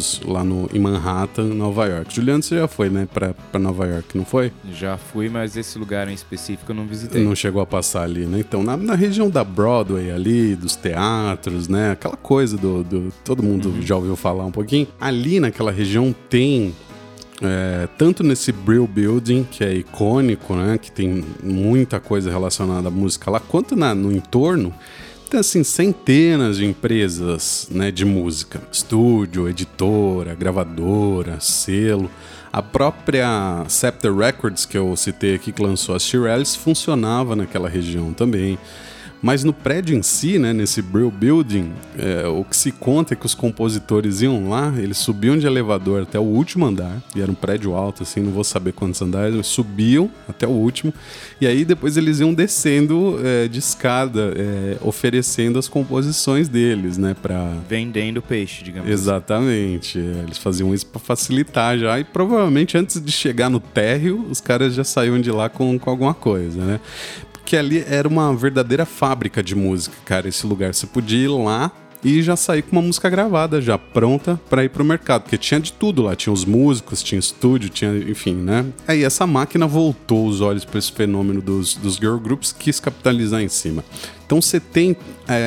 em Manhattan, Nova York. Juliano, você já foi, né, pra Nova York, não foi? Já fui, mas esse lugar em específico eu não visitei. Não chegou a passar ali, né? Então, na região da Broadway ali, dos teatros, né, aquela coisa todo mundo já ouviu falar um pouquinho. Ali naquela região tem... tanto nesse Brill Building, que é icônico, né, que tem muita coisa relacionada à música lá, quanto no entorno, tem assim, centenas de empresas, né, de música. Estúdio, editora, gravadora, selo. A própria Scepter Records, que eu citei aqui, que lançou as Shirelles, funcionava naquela região também. Mas no prédio em si, né, nesse Brill Building, o que se conta é que os compositores iam lá, eles subiam de elevador até o último andar, e era um prédio alto, assim, não vou saber quantos andares, mas subiam até o último, e aí depois eles iam descendo de escada, oferecendo as composições deles, né, pra... Vendendo peixe, digamos. Exatamente, eles faziam isso para facilitar já, e provavelmente antes de chegar no térreo, os caras já saíam de lá com alguma coisa, né. Que ali era uma verdadeira fábrica de música, cara, esse lugar. Você podia ir lá e já sair com uma música gravada, já pronta pra ir pro mercado, porque tinha de tudo lá, tinha os músicos, tinha estúdio, tinha, enfim, né? Aí essa máquina voltou os olhos para esse fenômeno dos girl groups, quis capitalizar em cima. Então você tem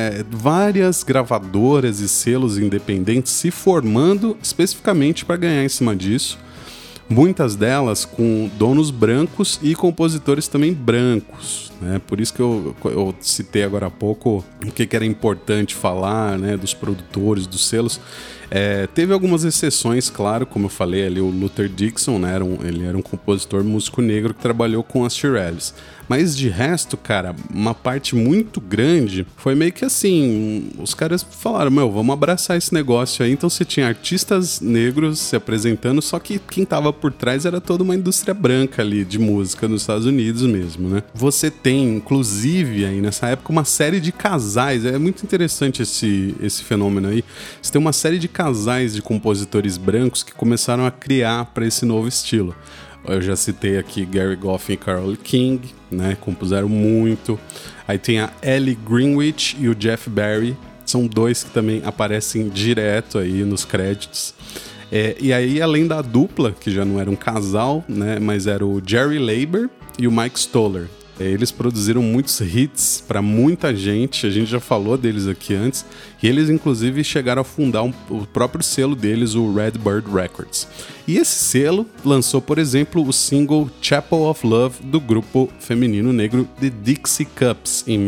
várias gravadoras e selos independentes se formando especificamente para ganhar em cima disso. Muitas delas com donos brancos e compositores também brancos, né? Por isso que eu citei agora há pouco o que era importante falar, né, dos produtores, dos selos. Teve algumas exceções, claro, como eu falei ali, o Luther Dixon, né, ele era um compositor músico negro que trabalhou com as Shirelles. Mas de resto, cara, uma parte muito grande foi meio que assim, os caras falaram, vamos abraçar esse negócio aí. Então você tinha artistas negros se apresentando, só que quem tava por trás era toda uma indústria branca ali de música nos Estados Unidos mesmo, né? Você tem, inclusive, aí nessa época, uma série de casais, é muito interessante esse fenômeno aí. Você tem uma série de casais de compositores brancos que começaram a criar para esse novo estilo. Eu já citei aqui Gary Goffin e Carole King, né? Compuseram muito. Aí tem a Ellie Greenwich e o Jeff Barry. São dois que também aparecem direto aí nos créditos. E aí, além da dupla, que já não era um casal, né? Mas era o Jerry Leiber e o Mike Stoller. Eles produziram muitos hits para muita gente, a gente já falou deles aqui antes, e eles inclusive chegaram a fundar o próprio selo deles, o Redbird Records. E esse selo lançou, por exemplo, o single Chapel of Love do grupo feminino negro The Dixie Cups, em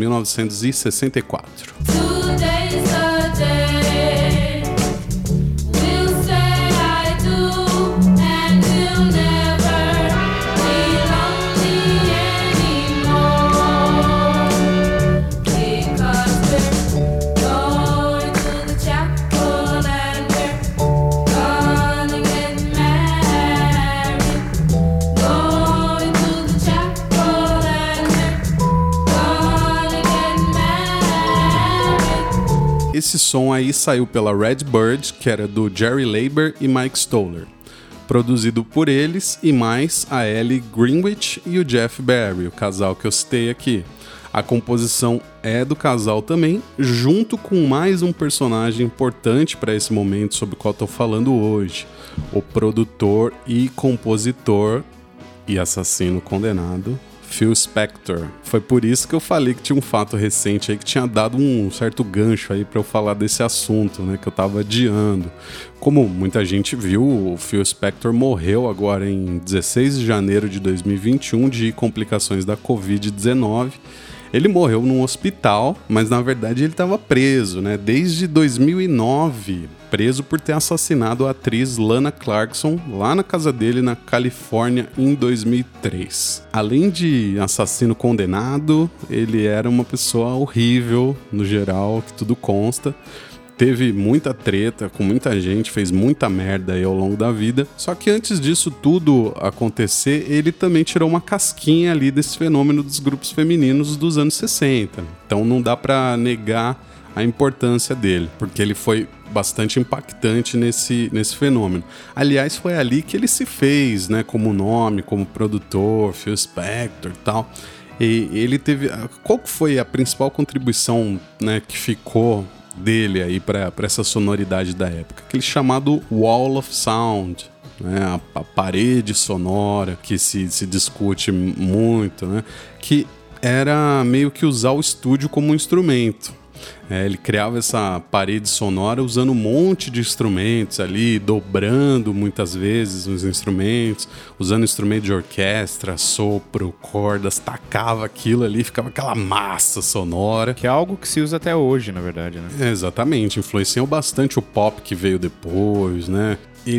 1964. Esse som aí saiu pela Redbird, que era do Jerry Leiber e Mike Stoller. Produzido por eles e mais a Ellie Greenwich e o Jeff Barry, o casal que eu citei aqui. A composição é do casal também, junto com mais um personagem importante para esse momento sobre o qual estou falando hoje, o produtor e compositor e assassino condenado, Phil Spector. Foi por isso que eu falei que tinha um fato recente aí que tinha dado um certo gancho aí para eu falar desse assunto, né, que eu tava adiando. Como muita gente viu, o Phil Spector morreu agora em 16 de janeiro de 2021 de complicações da Covid-19. Ele morreu num hospital, mas na verdade ele estava preso, né? Desde 2009, preso por ter assassinado a atriz Lana Clarkson lá na casa dele na Califórnia em 2003. Além de assassino condenado, ele era uma pessoa horrível, no geral, que tudo consta. Teve muita treta com muita gente, fez muita merda aí ao longo da vida. Só que antes disso tudo acontecer, ele também tirou uma casquinha ali desse fenômeno dos grupos femininos dos anos 60. Então não dá pra negar a importância dele, porque ele foi bastante impactante nesse fenômeno. Aliás, foi ali que ele se fez, né, como nome, como produtor, Phil Spector e tal. E ele teve... Qual foi a principal contribuição, né, que ficou dele aí para essa sonoridade da época? Aquele chamado Wall of Sound, né? A parede sonora que se discute muito, né? Que era meio que usar o estúdio como um instrumento. Ele criava essa parede sonora usando um monte de instrumentos ali, dobrando muitas vezes os instrumentos, usando instrumento de orquestra, sopro, cordas, tacava aquilo ali, ficava aquela massa sonora. Que é algo que se usa até hoje, na verdade, né? Exatamente, influenciou bastante o pop que veio depois, né?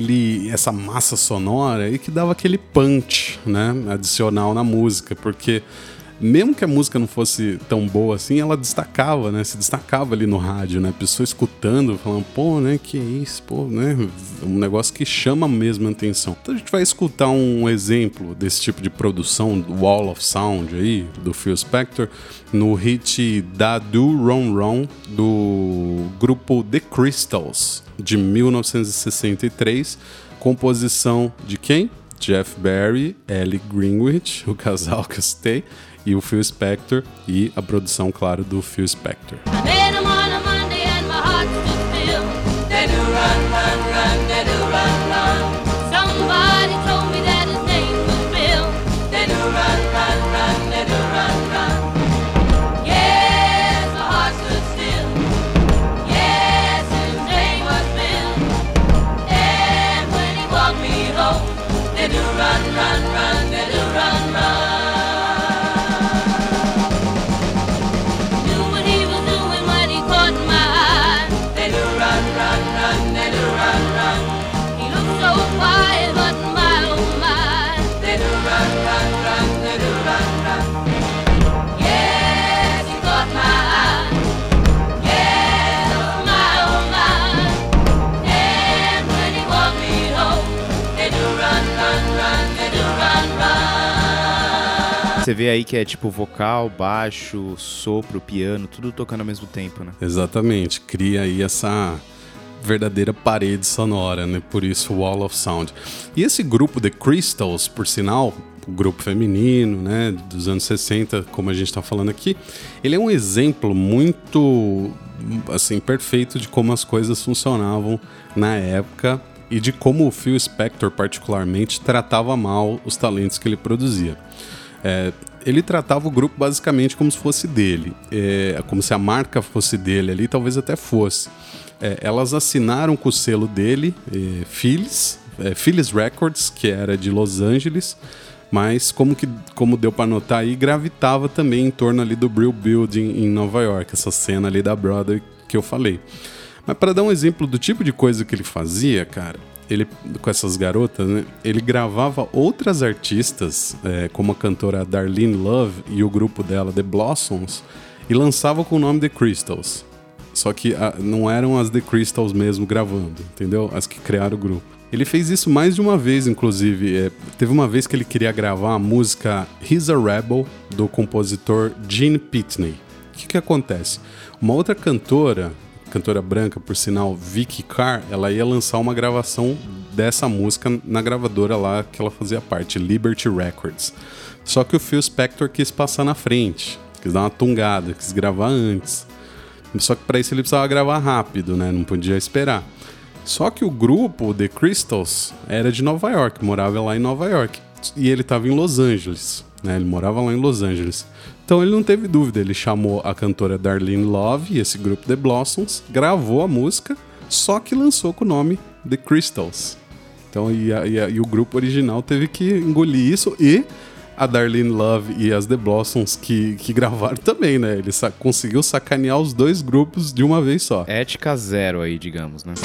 Essa massa sonora aí que dava aquele punch, né, adicional na música, porque mesmo que a música não fosse tão boa assim, ela destacava, né? Se destacava ali no rádio, né? A pessoa escutando, falando, pô, né? Que isso, pô, né? Um negócio que chama mesmo a atenção. Então a gente vai escutar um exemplo desse tipo de produção, do Wall of Sound aí, do Phil Spector, no hit Da Do Ron Ron, do grupo The Crystals, de 1963, composição de quem? Jeff Barry, Ellie Greenwich, o casal que eu citei, e o Phil Spector, e a produção, claro, do Phil Spector. Você vê aí que é tipo vocal, baixo, sopro, piano, tudo tocando ao mesmo tempo, né? Exatamente, cria aí essa verdadeira parede sonora, né? Por isso Wall of Sound. E esse grupo The Crystals, por sinal, o grupo feminino, né, dos anos 60, como a gente tá falando aqui, ele é um exemplo muito, assim, perfeito de como as coisas funcionavam na época e de como o Phil Spector, particularmente, tratava mal os talentos que ele produzia. Ele tratava o grupo basicamente como se fosse dele, como se a marca fosse dele ali, talvez até fosse. Elas assinaram com o selo dele, Phyllis Records, que era de Los Angeles, mas como deu para notar aí, gravitava também em torno ali do Brill Building em Nova York, essa cena ali da Broadway que eu falei. Mas para dar um exemplo do tipo de coisa que ele fazia, cara, ele, com essas garotas, né, ele gravava outras artistas, como a cantora Darlene Love e o grupo dela, The Blossoms, e lançava com o nome The Crystals. Só que não eram as The Crystals mesmo gravando, entendeu? As que criaram o grupo. Ele fez isso mais de uma vez, inclusive. Teve uma vez que ele queria gravar a música He's a Rebel, do compositor Gene Pitney. O que acontece? Uma outra cantora branca, por sinal, Vicky Carr, ela ia lançar uma gravação dessa música na gravadora lá que ela fazia parte, Liberty Records. Só que o Phil Spector quis passar na frente. quis dar uma tungada, quis gravar antes. Só que para isso ele precisava gravar rápido, né? Não podia esperar. Só que o grupo, The Crystals, era de Nova York, morava lá em Nova York. E ele estava em Los Angeles, né? Ele morava lá em Los Angeles. Então ele não teve dúvida, ele chamou a cantora Darlene Love e esse grupo The Blossoms, gravou a música, só que lançou com o nome The Crystals. Então, e o grupo original teve que engolir isso, e a Darlene Love e as The Blossoms que gravaram também, né? Ele conseguiu sacanear os dois grupos de uma vez só. Ética zero aí, digamos, né?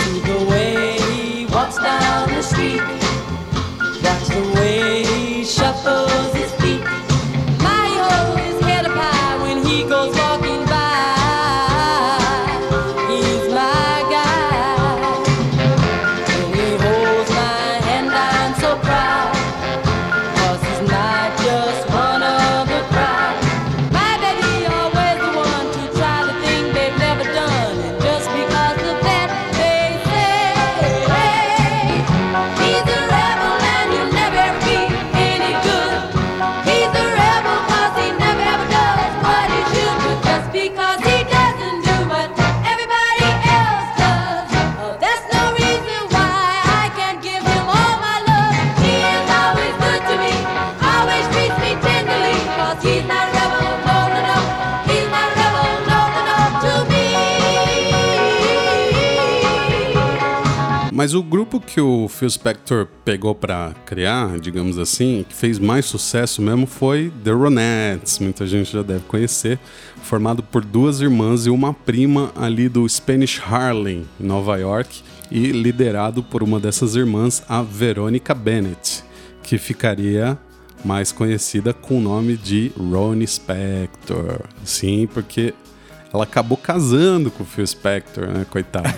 Mas o grupo que o Phil Spector pegou pra criar, digamos assim, que fez mais sucesso mesmo foi The Ronettes, muita gente já deve conhecer, formado por duas irmãs e uma prima ali do Spanish Harlem, em Nova York, e liderado por uma dessas irmãs, a Veronica Bennett, que ficaria mais conhecida com o nome de Ronnie Spector. Sim, porque ela acabou casando com o Phil Spector, né, coitado,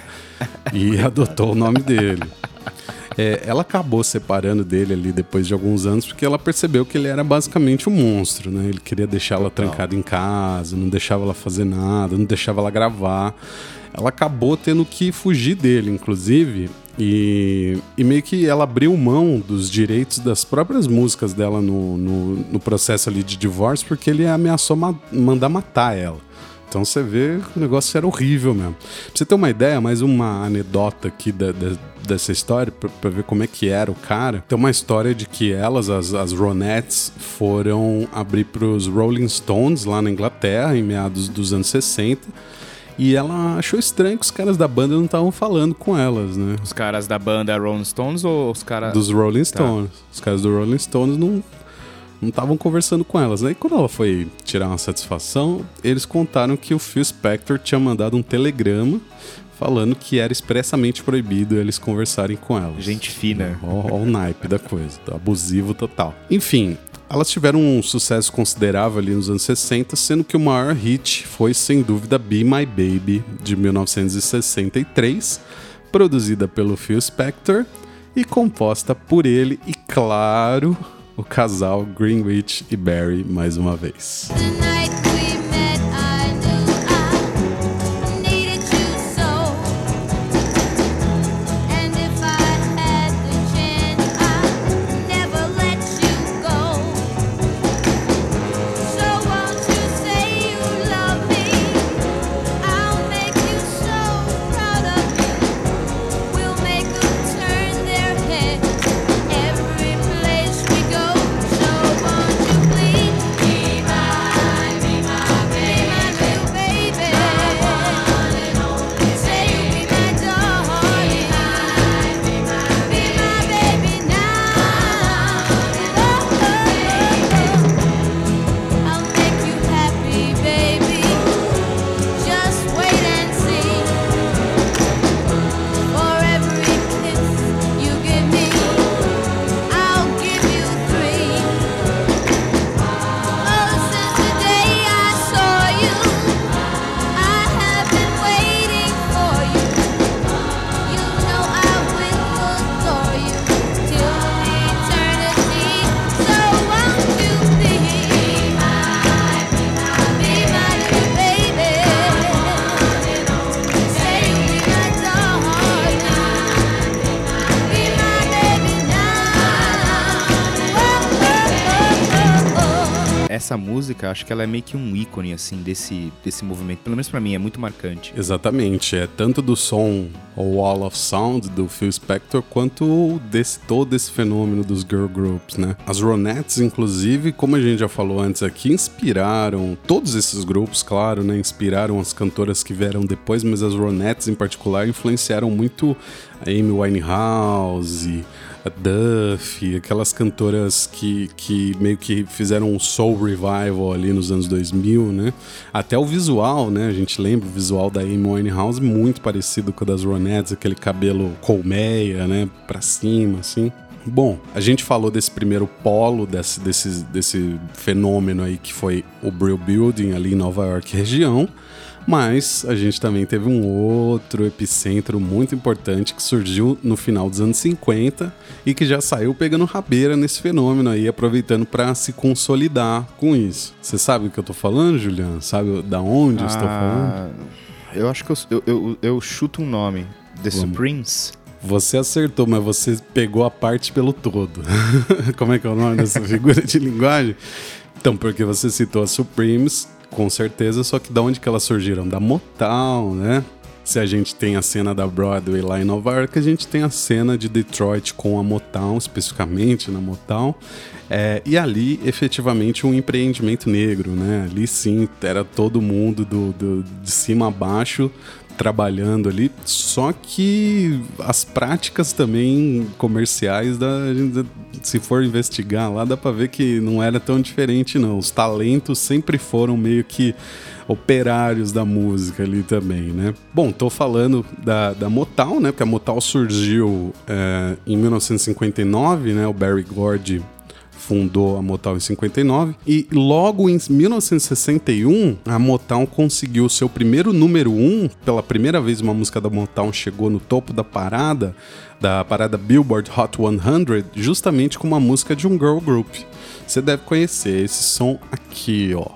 e adotou o nome dele. Ela acabou separando dele ali depois de alguns anos, porque ela percebeu que ele era basicamente um monstro, né? Ele queria deixar ela trancada em casa, não deixava ela fazer nada, não deixava ela gravar. Ela acabou tendo que fugir dele, inclusive, e meio que ela abriu mão dos direitos das próprias músicas dela no processo ali de divórcio, porque ele ameaçou mandar matar ela. Então você vê que o negócio era horrível mesmo. Pra você ter uma ideia, mais uma anedota aqui dessa história, pra ver como é que era o cara. Tem uma história de que elas, as Ronettes, foram abrir pros Rolling Stones lá na Inglaterra, em meados dos anos 60. E ela achou estranho que os caras da banda não estavam falando com elas, né? Os caras da banda Rolling Stones ou os caras... Dos Rolling Stones. Tá. Os caras do Rolling Stones não estavam conversando com elas. Aí quando ela foi tirar uma satisfação, eles contaram que o Phil Spector tinha mandado um telegrama falando que era expressamente proibido eles conversarem com elas. Gente fina. Olha o naipe da coisa, abusivo total. Enfim, elas tiveram um sucesso considerável ali nos anos 60, sendo que o maior hit foi, sem dúvida, Be My Baby, de 1963, produzida pelo Phil Spector e composta por ele e, claro, o casal Greenwich e Barry mais uma vez. essa música, acho que ela é meio que um ícone, assim, desse movimento. Pelo menos pra mim, é muito marcante. Exatamente, é tanto do som o Wall of Sound do Phil Spector, quanto todo esse fenômeno dos girl groups, né? As Ronettes, inclusive, como a gente já falou antes aqui, inspiraram todos esses grupos, claro, né? Inspiraram as cantoras que vieram depois, mas as Ronettes em particular influenciaram muito a Amy Winehouse, a Duff, aquelas cantoras que meio que fizeram um soul revival ali nos anos 2000, né? Até o visual, né? A gente lembra o visual da Amy Winehouse muito parecido com o das Ronettes, aquele cabelo colmeia, né? Pra cima, assim. Bom, a gente falou desse primeiro polo, desse fenômeno aí que foi o Brill Building ali em Nova York região, mas a gente também teve um outro epicentro muito importante que surgiu no final dos anos 50 e que já saiu pegando rabeira nesse fenômeno aí, aproveitando para se consolidar com isso. Você sabe o que eu tô falando, Juliano? Sabe da onde eu estou falando? Eu acho que eu chuto um nome. The Supremes? Você acertou, mas você pegou a parte pelo todo. Como é que é o nome dessa figura de linguagem? Então, porque você citou as Supremes, com certeza, só que da onde que elas surgiram? Da Motown, né? Se a gente tem a cena da Broadway lá em Nova York, a gente tem a cena de Detroit com a Motown, especificamente na Motown. E ali, efetivamente, um empreendimento negro, né? Ali sim, era todo mundo de cima a baixo trabalhando ali, só que as práticas também comerciais, se for investigar lá, dá pra ver que não era tão diferente não. Os talentos sempre foram meio que operários da música ali também, né? Bom, tô falando da Motown, né? Porque a Motown surgiu em 1959, né? O Berry Gordy fundou a Motown em 59 e logo em 1961 a Motown conseguiu o seu primeiro número 1. Pela primeira vez uma música da Motown chegou no topo da parada Billboard Hot 100, justamente com uma música de um girl group. Você deve conhecer esse som aqui, ó.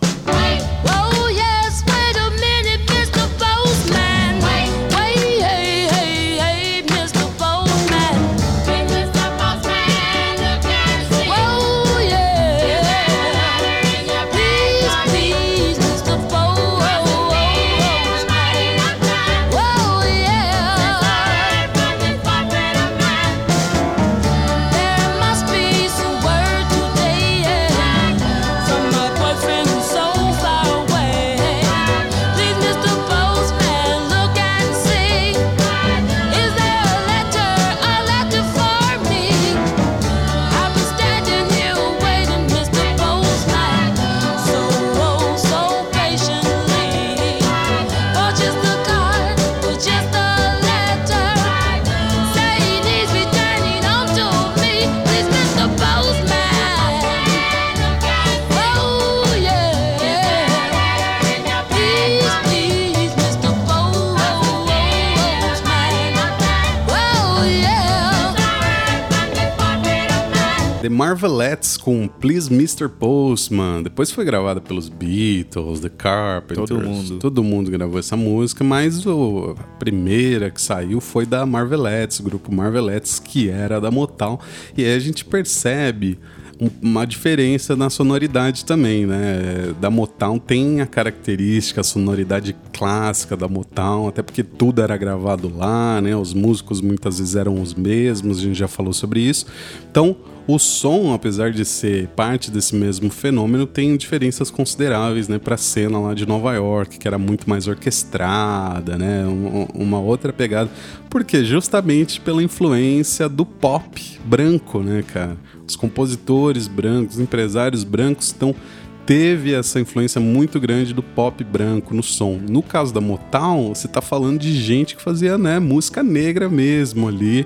The Marvelettes com Please Mr. Postman. Depois foi gravada pelos Beatles, The Carpenters. Todo mundo gravou essa música, mas a primeira que saiu foi da Marvelettes, o grupo Marvelettes, que era da Motown. E aí a gente percebe uma diferença na sonoridade também, né? Da Motown tem a característica, a sonoridade clássica da Motown, até porque tudo era gravado lá, né? Os músicos muitas vezes eram os mesmos, a gente já falou sobre isso. Então, o som, apesar de ser parte desse mesmo fenômeno, tem diferenças consideráveis, né, para a cena lá de Nova York, que era muito mais orquestrada, né, uma outra pegada, porque justamente pela influência do pop branco, né, cara? Os compositores brancos, os empresários brancos teve essa influência muito grande do pop branco no som. No caso da Motown, você tá falando de gente que fazia, né, música negra mesmo ali,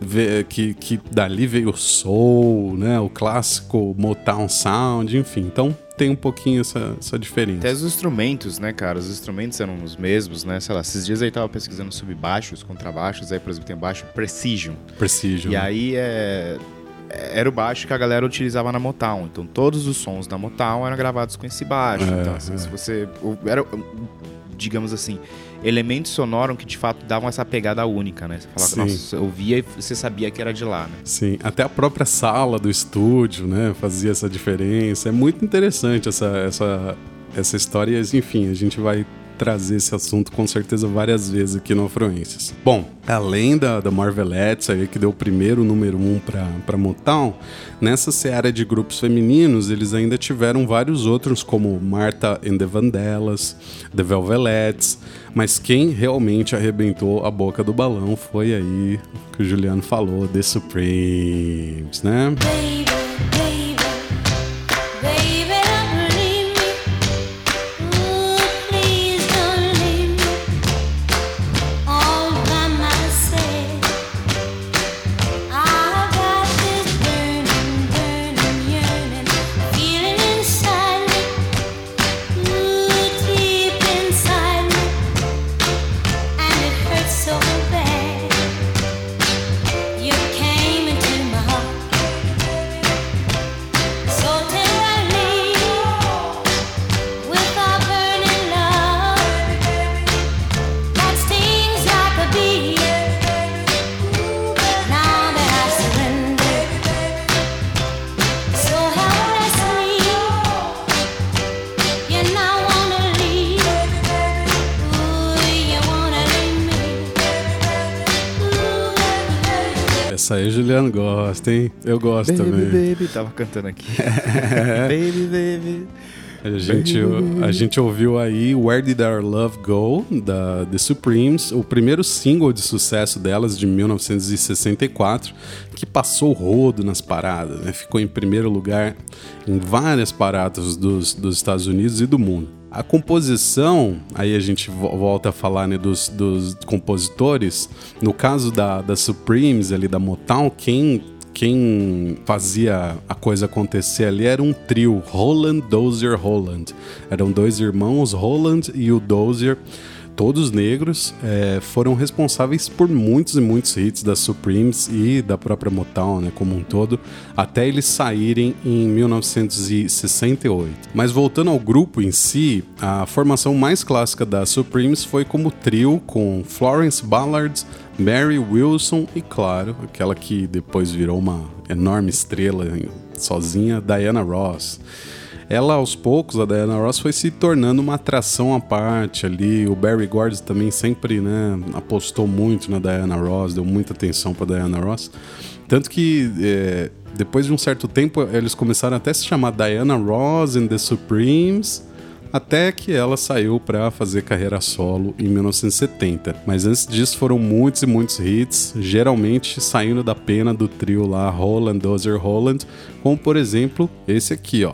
que dali veio o soul, né, o clássico Motown Sound, enfim. Então tem um pouquinho essa diferença. Até os instrumentos, né, cara? Os instrumentos eram os mesmos, né? Sei lá, esses dias aí tava pesquisando sobre baixos, contrabaixos, aí, por exemplo, tem o baixo Precision. E aí era o baixo que a galera utilizava na Motown. Então todos os sons da Motown eram gravados com esse baixo. Então, assim, se você... digamos assim, elementos sonoros que de fato davam essa pegada única, né? Você falava, nossa, eu via e você sabia que era de lá, né? Sim, até a própria sala do estúdio, né, fazia essa diferença. É muito interessante essa história, enfim, a gente vai trazer esse assunto com certeza várias vezes aqui no Afluências. Bom, além da Marvelettes aí, que deu o primeiro número 1 para Motown, nessa seara de grupos femininos eles ainda tiveram vários outros, como Martha and the Vandellas, The Velvelettes, mas quem realmente arrebentou a boca do balão foi aí que o Juliano falou, The Supremes, né? Essa aí o Juliano gosta, hein? Eu gosto baby, também. Baby, tava cantando aqui. Baby, baby. A gente ouviu aí Where Did Our Love Go, da The Supremes, o primeiro single de sucesso delas de 1964, que passou o rodo nas paradas, né? Ficou em primeiro lugar em várias paradas dos Estados Unidos e do mundo. A composição, aí a gente volta a falar, né, dos compositores. No caso da Supremes, ali da Motown, quem fazia a coisa acontecer ali era um trio, Holland, Dozier, Holland. Eram dois irmãos, Holland e o Dozier, todos negros, foram responsáveis por muitos e muitos hits da Supremes e da própria Motown, né, como um todo, até eles saírem em 1968. Mas voltando ao grupo em si, a formação mais clássica da Supremes foi como trio com Florence Ballard, Mary Wilson e, claro, aquela que depois virou uma enorme estrela sozinha, Diana Ross. Ela, aos poucos, a Diana Ross foi se tornando uma atração à parte ali. O Berry Gordy também sempre, né, apostou muito na Diana Ross, deu muita atenção para Diana Ross. Tanto que, depois de um certo tempo, eles começaram até a se chamar Diana Ross and the Supremes, até que ela saiu para fazer carreira solo em 1970. Mas antes disso foram muitos e muitos hits, geralmente saindo da pena do trio lá, Holland, Dozier, Holland, como por exemplo esse aqui, ó.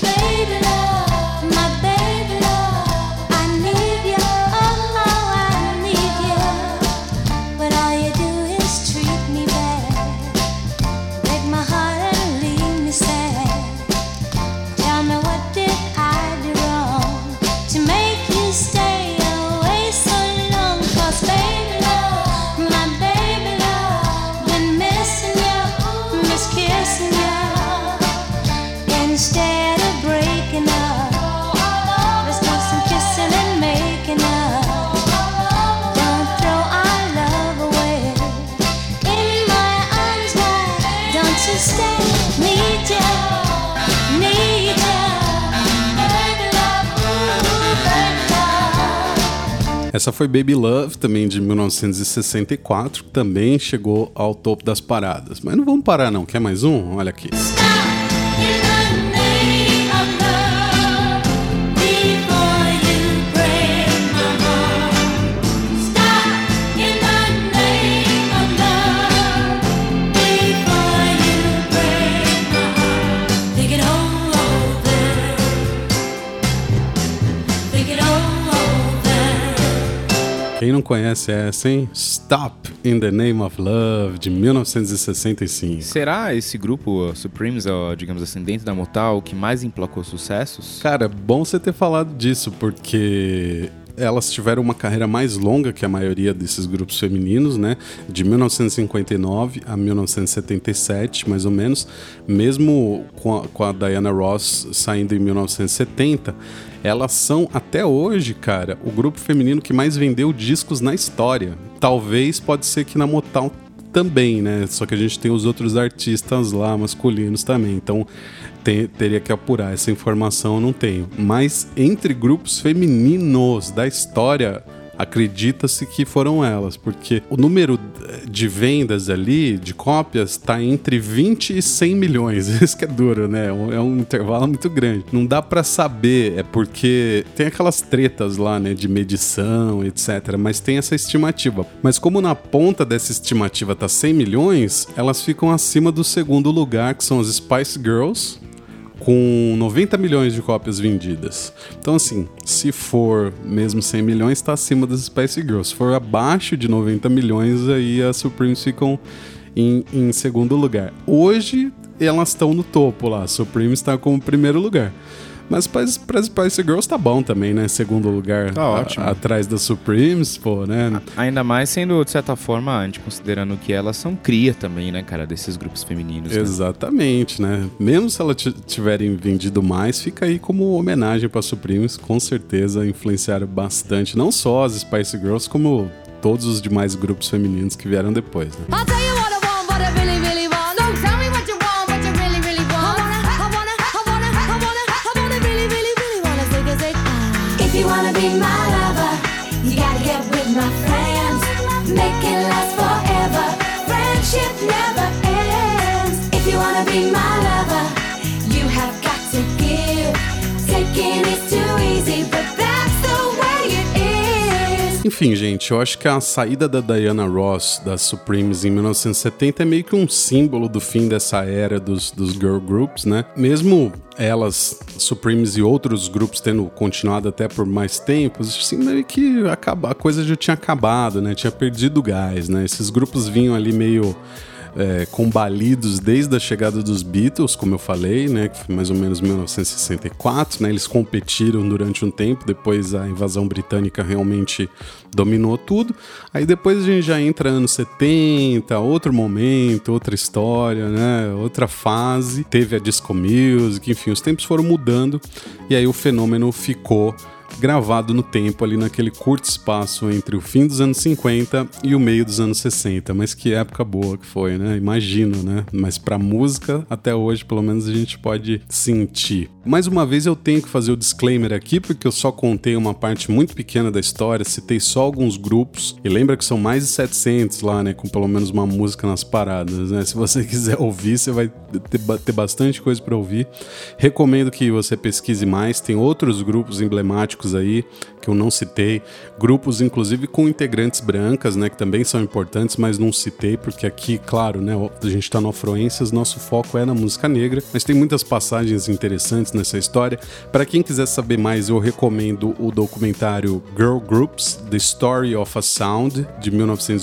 Essa foi Baby Love, também de 1964, que também chegou ao topo das paradas. Mas não vamos parar não, quer mais um? Olha aqui. Quem não conhece essa, hein? Stop in the Name of Love, de 1965. Será esse grupo, Supremes, digamos assim, dentro da Motown, o que mais emplacou sucessos? Cara, bom você ter falado disso, porque elas tiveram uma carreira mais longa que a maioria desses grupos femininos, né? De 1959 a 1977, mais ou menos. Mesmo com a Diana Ross saindo em 1970, elas são, até hoje, cara, o grupo feminino que mais vendeu discos na história. Talvez, pode ser que na Motown também, né? Só que a gente tem os outros artistas lá, masculinos também. Então, teria que apurar. Essa informação eu não tenho. Mas entre grupos femininos da história, acredita-se que foram elas, porque o número de vendas ali, de cópias, tá entre 20 e 100 milhões. Isso que é duro, né? É um intervalo muito grande. Não dá pra saber, é porque tem aquelas tretas lá, né, de medição, etc. Mas tem essa estimativa. Mas como na ponta dessa estimativa tá 100 milhões, elas ficam acima do segundo lugar, que são as Spice Girls, com 90 milhões de cópias vendidas. Então, assim, se for mesmo 100 milhões, está acima das Spice Girls. Se for abaixo de 90 milhões, aí as Supremes ficam em segundo lugar. Hoje, elas estão no topo lá. A Supremes está como primeiro lugar. Mas para as Spice Girls tá bom também, né? Segundo lugar, tá ótimo. Atrás das Supremes, pô, né? Ainda mais sendo, de certa forma, considerando que elas são cria também, né, cara, desses grupos femininos. Exatamente, né? Mesmo se elas tiverem vendido mais, fica aí como homenagem para Supremes, com certeza influenciaram bastante, não só as Spice Girls, como todos os demais grupos femininos que vieram depois, né? Be my lover, you gotta get with my friends, make it last forever, friendship never ends. If you wanna be my lover, you have got to give, taking is too easy, but that's the way it is. Enfim, gente, eu acho que a saída da Diana Ross das Supremes em 1970 é meio que um símbolo do fim dessa era dos girl groups, né? Mesmo elas, Supremes e outros grupos tendo continuado até por mais tempo, assim, meio que a coisa já tinha acabado, né? Tinha perdido o gás, né? Esses grupos vinham ali meio combalidos desde a chegada dos Beatles, como eu falei, né? Que foi mais ou menos 1964, né? Eles competiram durante um tempo, depois a invasão britânica realmente dominou tudo. Aí depois a gente já entra anos 70, outro momento, outra história, né? Outra fase. Teve a disco music, enfim, os tempos foram mudando e aí o fenômeno ficou gravado no tempo, ali naquele curto espaço entre o fim dos anos 50 e o meio dos anos 60. Mas que época boa que foi, né? Imagino, né? Mas pra música, até hoje, pelo menos, a gente pode sentir. Mais uma vez, eu tenho que fazer o disclaimer aqui, porque eu só contei uma parte muito pequena da história, citei só alguns grupos, e lembra que são mais de 700 lá, né? Com pelo menos uma música nas paradas, né? Se você quiser ouvir, você vai ter bastante coisa pra ouvir. Recomendo que você pesquise mais, tem outros grupos emblemáticos aí que eu não citei, grupos inclusive com integrantes brancas, né, que também são importantes, mas não citei porque aqui, claro, né, a gente tá no Afroências, nosso foco é na música negra, mas tem muitas passagens interessantes nessa história. Para quem quiser saber mais, eu recomendo o documentário Girl Groups, The Story of a Sound, de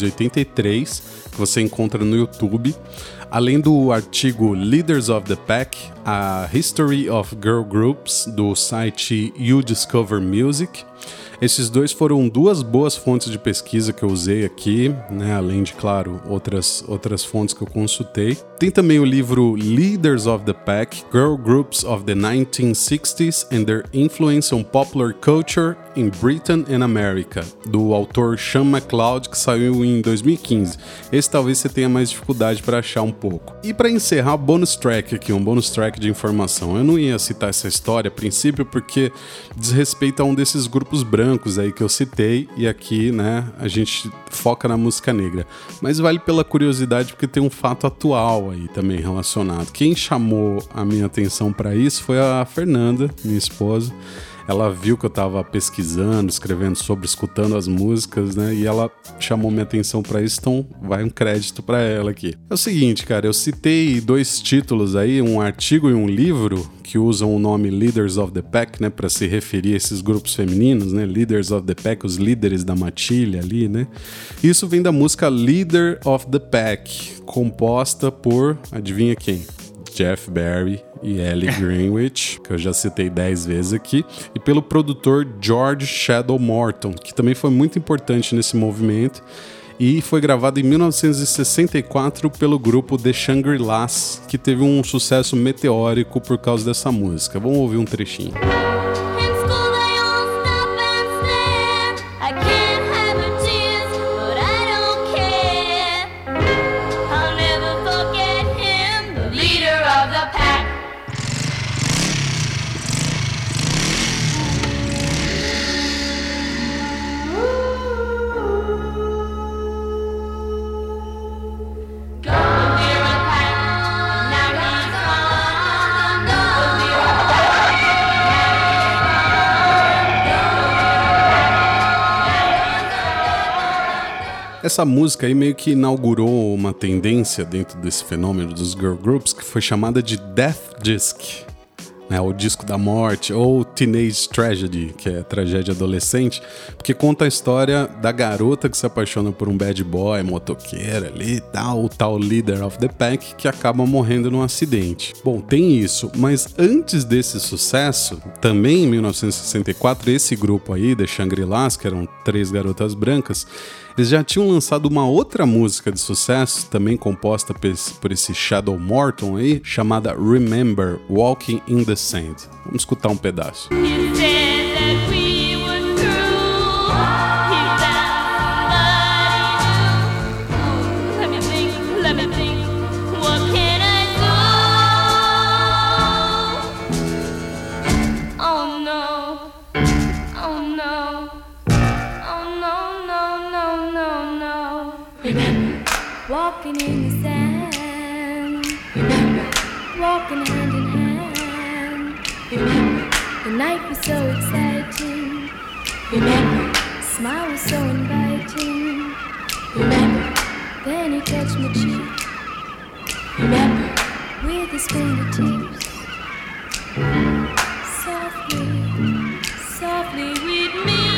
1983, que você encontra no YouTube. Além do artigo Leaders of the Pack, a History of Girl Groups, do site You Discover Music. Esses dois foram duas boas fontes de pesquisa que eu usei aqui, né? Além de, claro, outras fontes que eu consultei. Tem também o livro Leaders of the Pack, Girl Groups of the 1960s and Their Influence on Popular Culture in Britain and America, do autor Sean MacLeod, que saiu em 2015. Esse talvez você tenha mais dificuldade para achar um pouco. E para encerrar, bonus track aqui, um bonus track de informação. Eu não ia citar essa história a princípio porque diz respeito a um desses grupos brancos aí que eu citei, e aqui, né, a gente foca na música negra. Mas vale pela curiosidade porque tem um fato atual aí também relacionado. Quem chamou a minha atenção para isso foi a Fernanda, minha esposa. Ela viu que eu tava pesquisando, escrevendo sobre, escutando as músicas, né? E ela chamou minha atenção pra isso, então vai um crédito pra ela aqui. É o seguinte, cara, eu citei dois títulos aí, um artigo e um livro que usam o nome Leaders of the Pack, né? Pra se referir a esses grupos femininos, né? Leaders of the Pack, os líderes da matilha ali, né? Isso vem da música Leader of the Pack, composta por, adivinha quem? Jeff Barry e Ellie Greenwich, que eu já citei 10 vezes aqui, e pelo produtor George Shadow Morton, que também foi muito importante nesse movimento, e foi gravado em 1964 pelo grupo The Shangri-Las, que teve um sucesso meteórico por causa dessa música. Vamos ouvir um trechinho. Essa música aí meio que inaugurou uma tendência dentro desse fenômeno dos girl groups que foi chamada de Death Disc, né, o disco da morte, ou Teenage Tragedy, que é tragédia adolescente, porque conta a história da garota que se apaixona por um bad boy, motoqueiro ali e tal, o tal leader of the pack, que acaba morrendo num acidente. Bom, tem isso, mas antes desse sucesso, também em 1964, esse grupo aí, The Shangri-Las, que eram 3 garotas brancas, eles já tinham lançado uma outra música de sucesso, também composta por esse Shadow Morton aí, chamada Remember, Walking in the Sand. Vamos escutar um pedaço. Walking in the sand, remember, walking hand in hand, remember, the night was so exciting, remember, smile was so inviting, remember, then he touched my cheek, remember, with his fingertips, softly, softly we'd meet.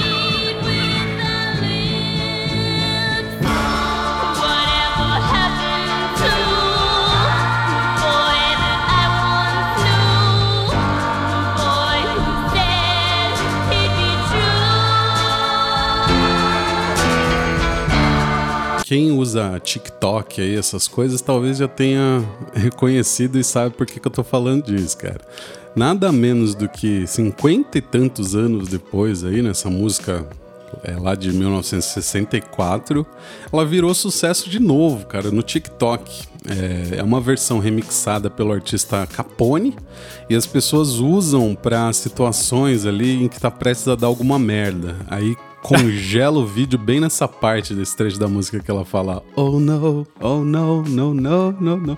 Quem usa TikTok aí, essas coisas, talvez já tenha reconhecido e sabe por que eu tô falando disso, cara. Nada menos do que 50 e tantos anos depois aí, nessa música lá de 1964, ela virou sucesso de novo, cara, no TikTok. É uma versão remixada pelo artista Capone e as pessoas usam para situações ali em que tá prestes a dar alguma merda. Aí congela o vídeo bem nessa parte desse trecho da música que ela fala oh no, no, no, no, no.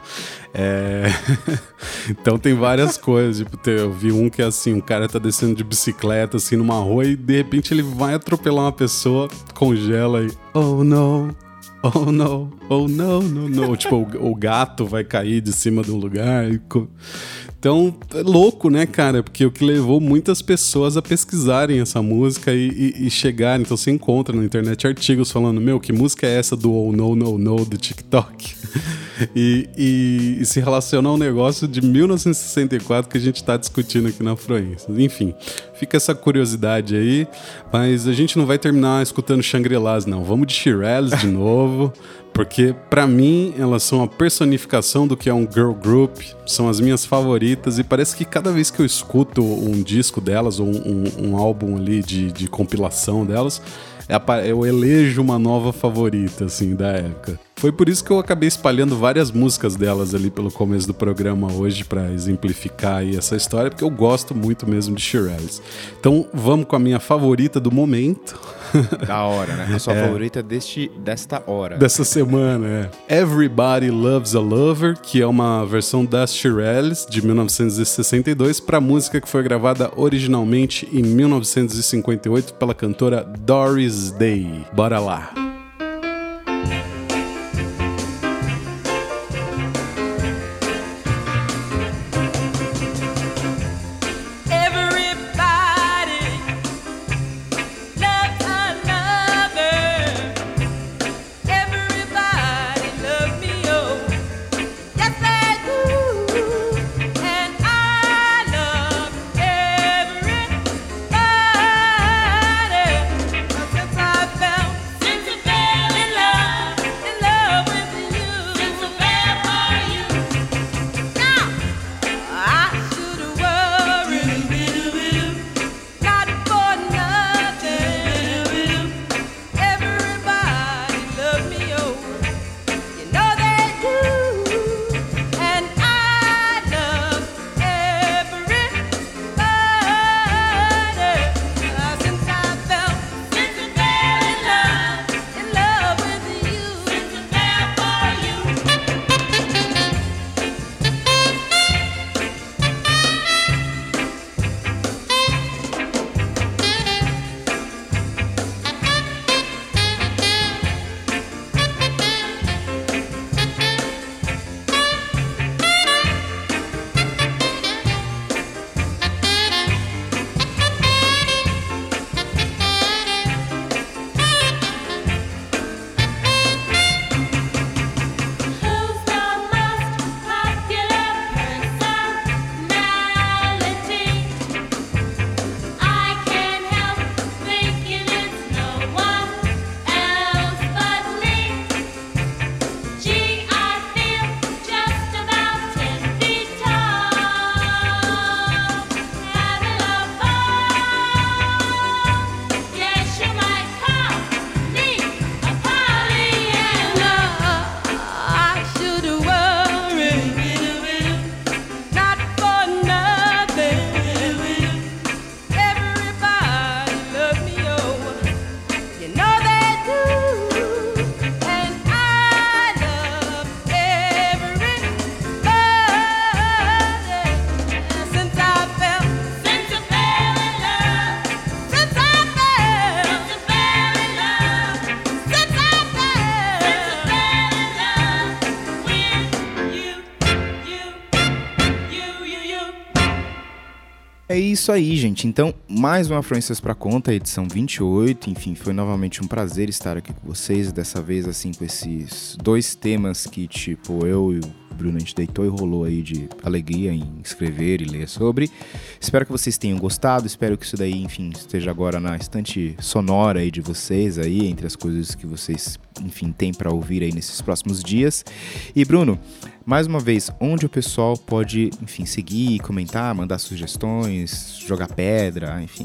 Então tem várias coisas, tipo, eu vi um que é assim, um cara tá descendo de bicicleta assim numa rua e de repente ele vai atropelar uma pessoa, congela e oh no, oh no, oh no, no, no. Tipo, o gato vai cair de cima de um lugar e... Então, é louco, né, cara? Porque o que levou muitas pessoas a pesquisarem essa música e chegarem. Então, você encontra na internet artigos falando, meu, que música é essa do Oh No, No, No do TikTok? e se relaciona ao negócio de 1964 que a gente tá discutindo aqui na Afroência. Enfim, fica essa curiosidade aí, mas a gente não vai terminar escutando Shangri-Las, não. Vamos de Shirelles de novo. Porque, pra mim, elas são a personificação do que é um girl group, são as minhas favoritas, e parece que cada vez que eu escuto um disco delas, ou um álbum ali de compilação delas, eu elejo uma nova favorita, assim, da época. Foi por isso que eu acabei espalhando várias músicas delas ali pelo começo do programa hoje, pra exemplificar aí essa história, porque eu gosto muito mesmo de Shirelles. Então, vamos com a minha favorita do momento. Da hora, né? A sua favorita desta hora. Dessa semana, Everybody Loves a Lover, que é uma versão das Shirelles, de 1962, para música que foi gravada originalmente em 1958 pela cantora Doris Day. Bora lá! And I É isso aí, gente. Então, mais uma Afluências pra Conta, edição 28. Enfim, foi novamente um prazer estar aqui com vocês. Dessa vez, assim, com esses 2 temas que, tipo, eu e o Bruno, a gente deitou e rolou aí de alegria em escrever e ler sobre. Espero que vocês tenham gostado. Espero que isso daí, enfim, esteja agora na estante sonora aí de vocês, aí, entre as coisas que vocês, enfim, têm pra ouvir aí nesses próximos dias. E, Bruno, mais uma vez, onde o pessoal pode, enfim, seguir, comentar, mandar sugestões, jogar pedra, enfim.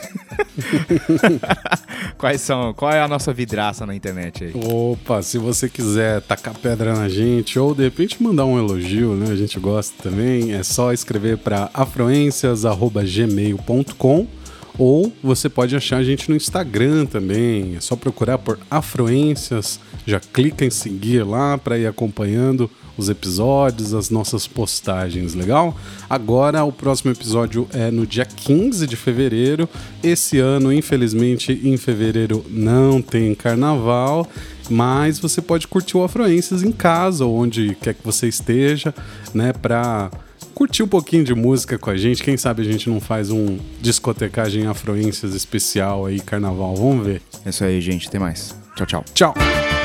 Qual é a nossa vidraça na internet aí? Opa, se você quiser tacar pedra na gente ou de repente mandar um elogio, né? A gente gosta também. É só escrever para afroencias@gmail.com ou você pode achar a gente no Instagram também. É só procurar por Afroências. Já clica em seguir lá para ir acompanhando os episódios, as nossas postagens, legal? Agora o próximo episódio é no dia 15 de fevereiro. Esse ano, infelizmente, em fevereiro não tem carnaval, mas você pode curtir o Afroências em casa, ou onde quer que você esteja, né, pra curtir um pouquinho de música com a gente. Quem sabe a gente não faz um discotecagem Afroências especial aí, carnaval, vamos ver. É isso aí, gente, até mais. Tchau, tchau. Tchau.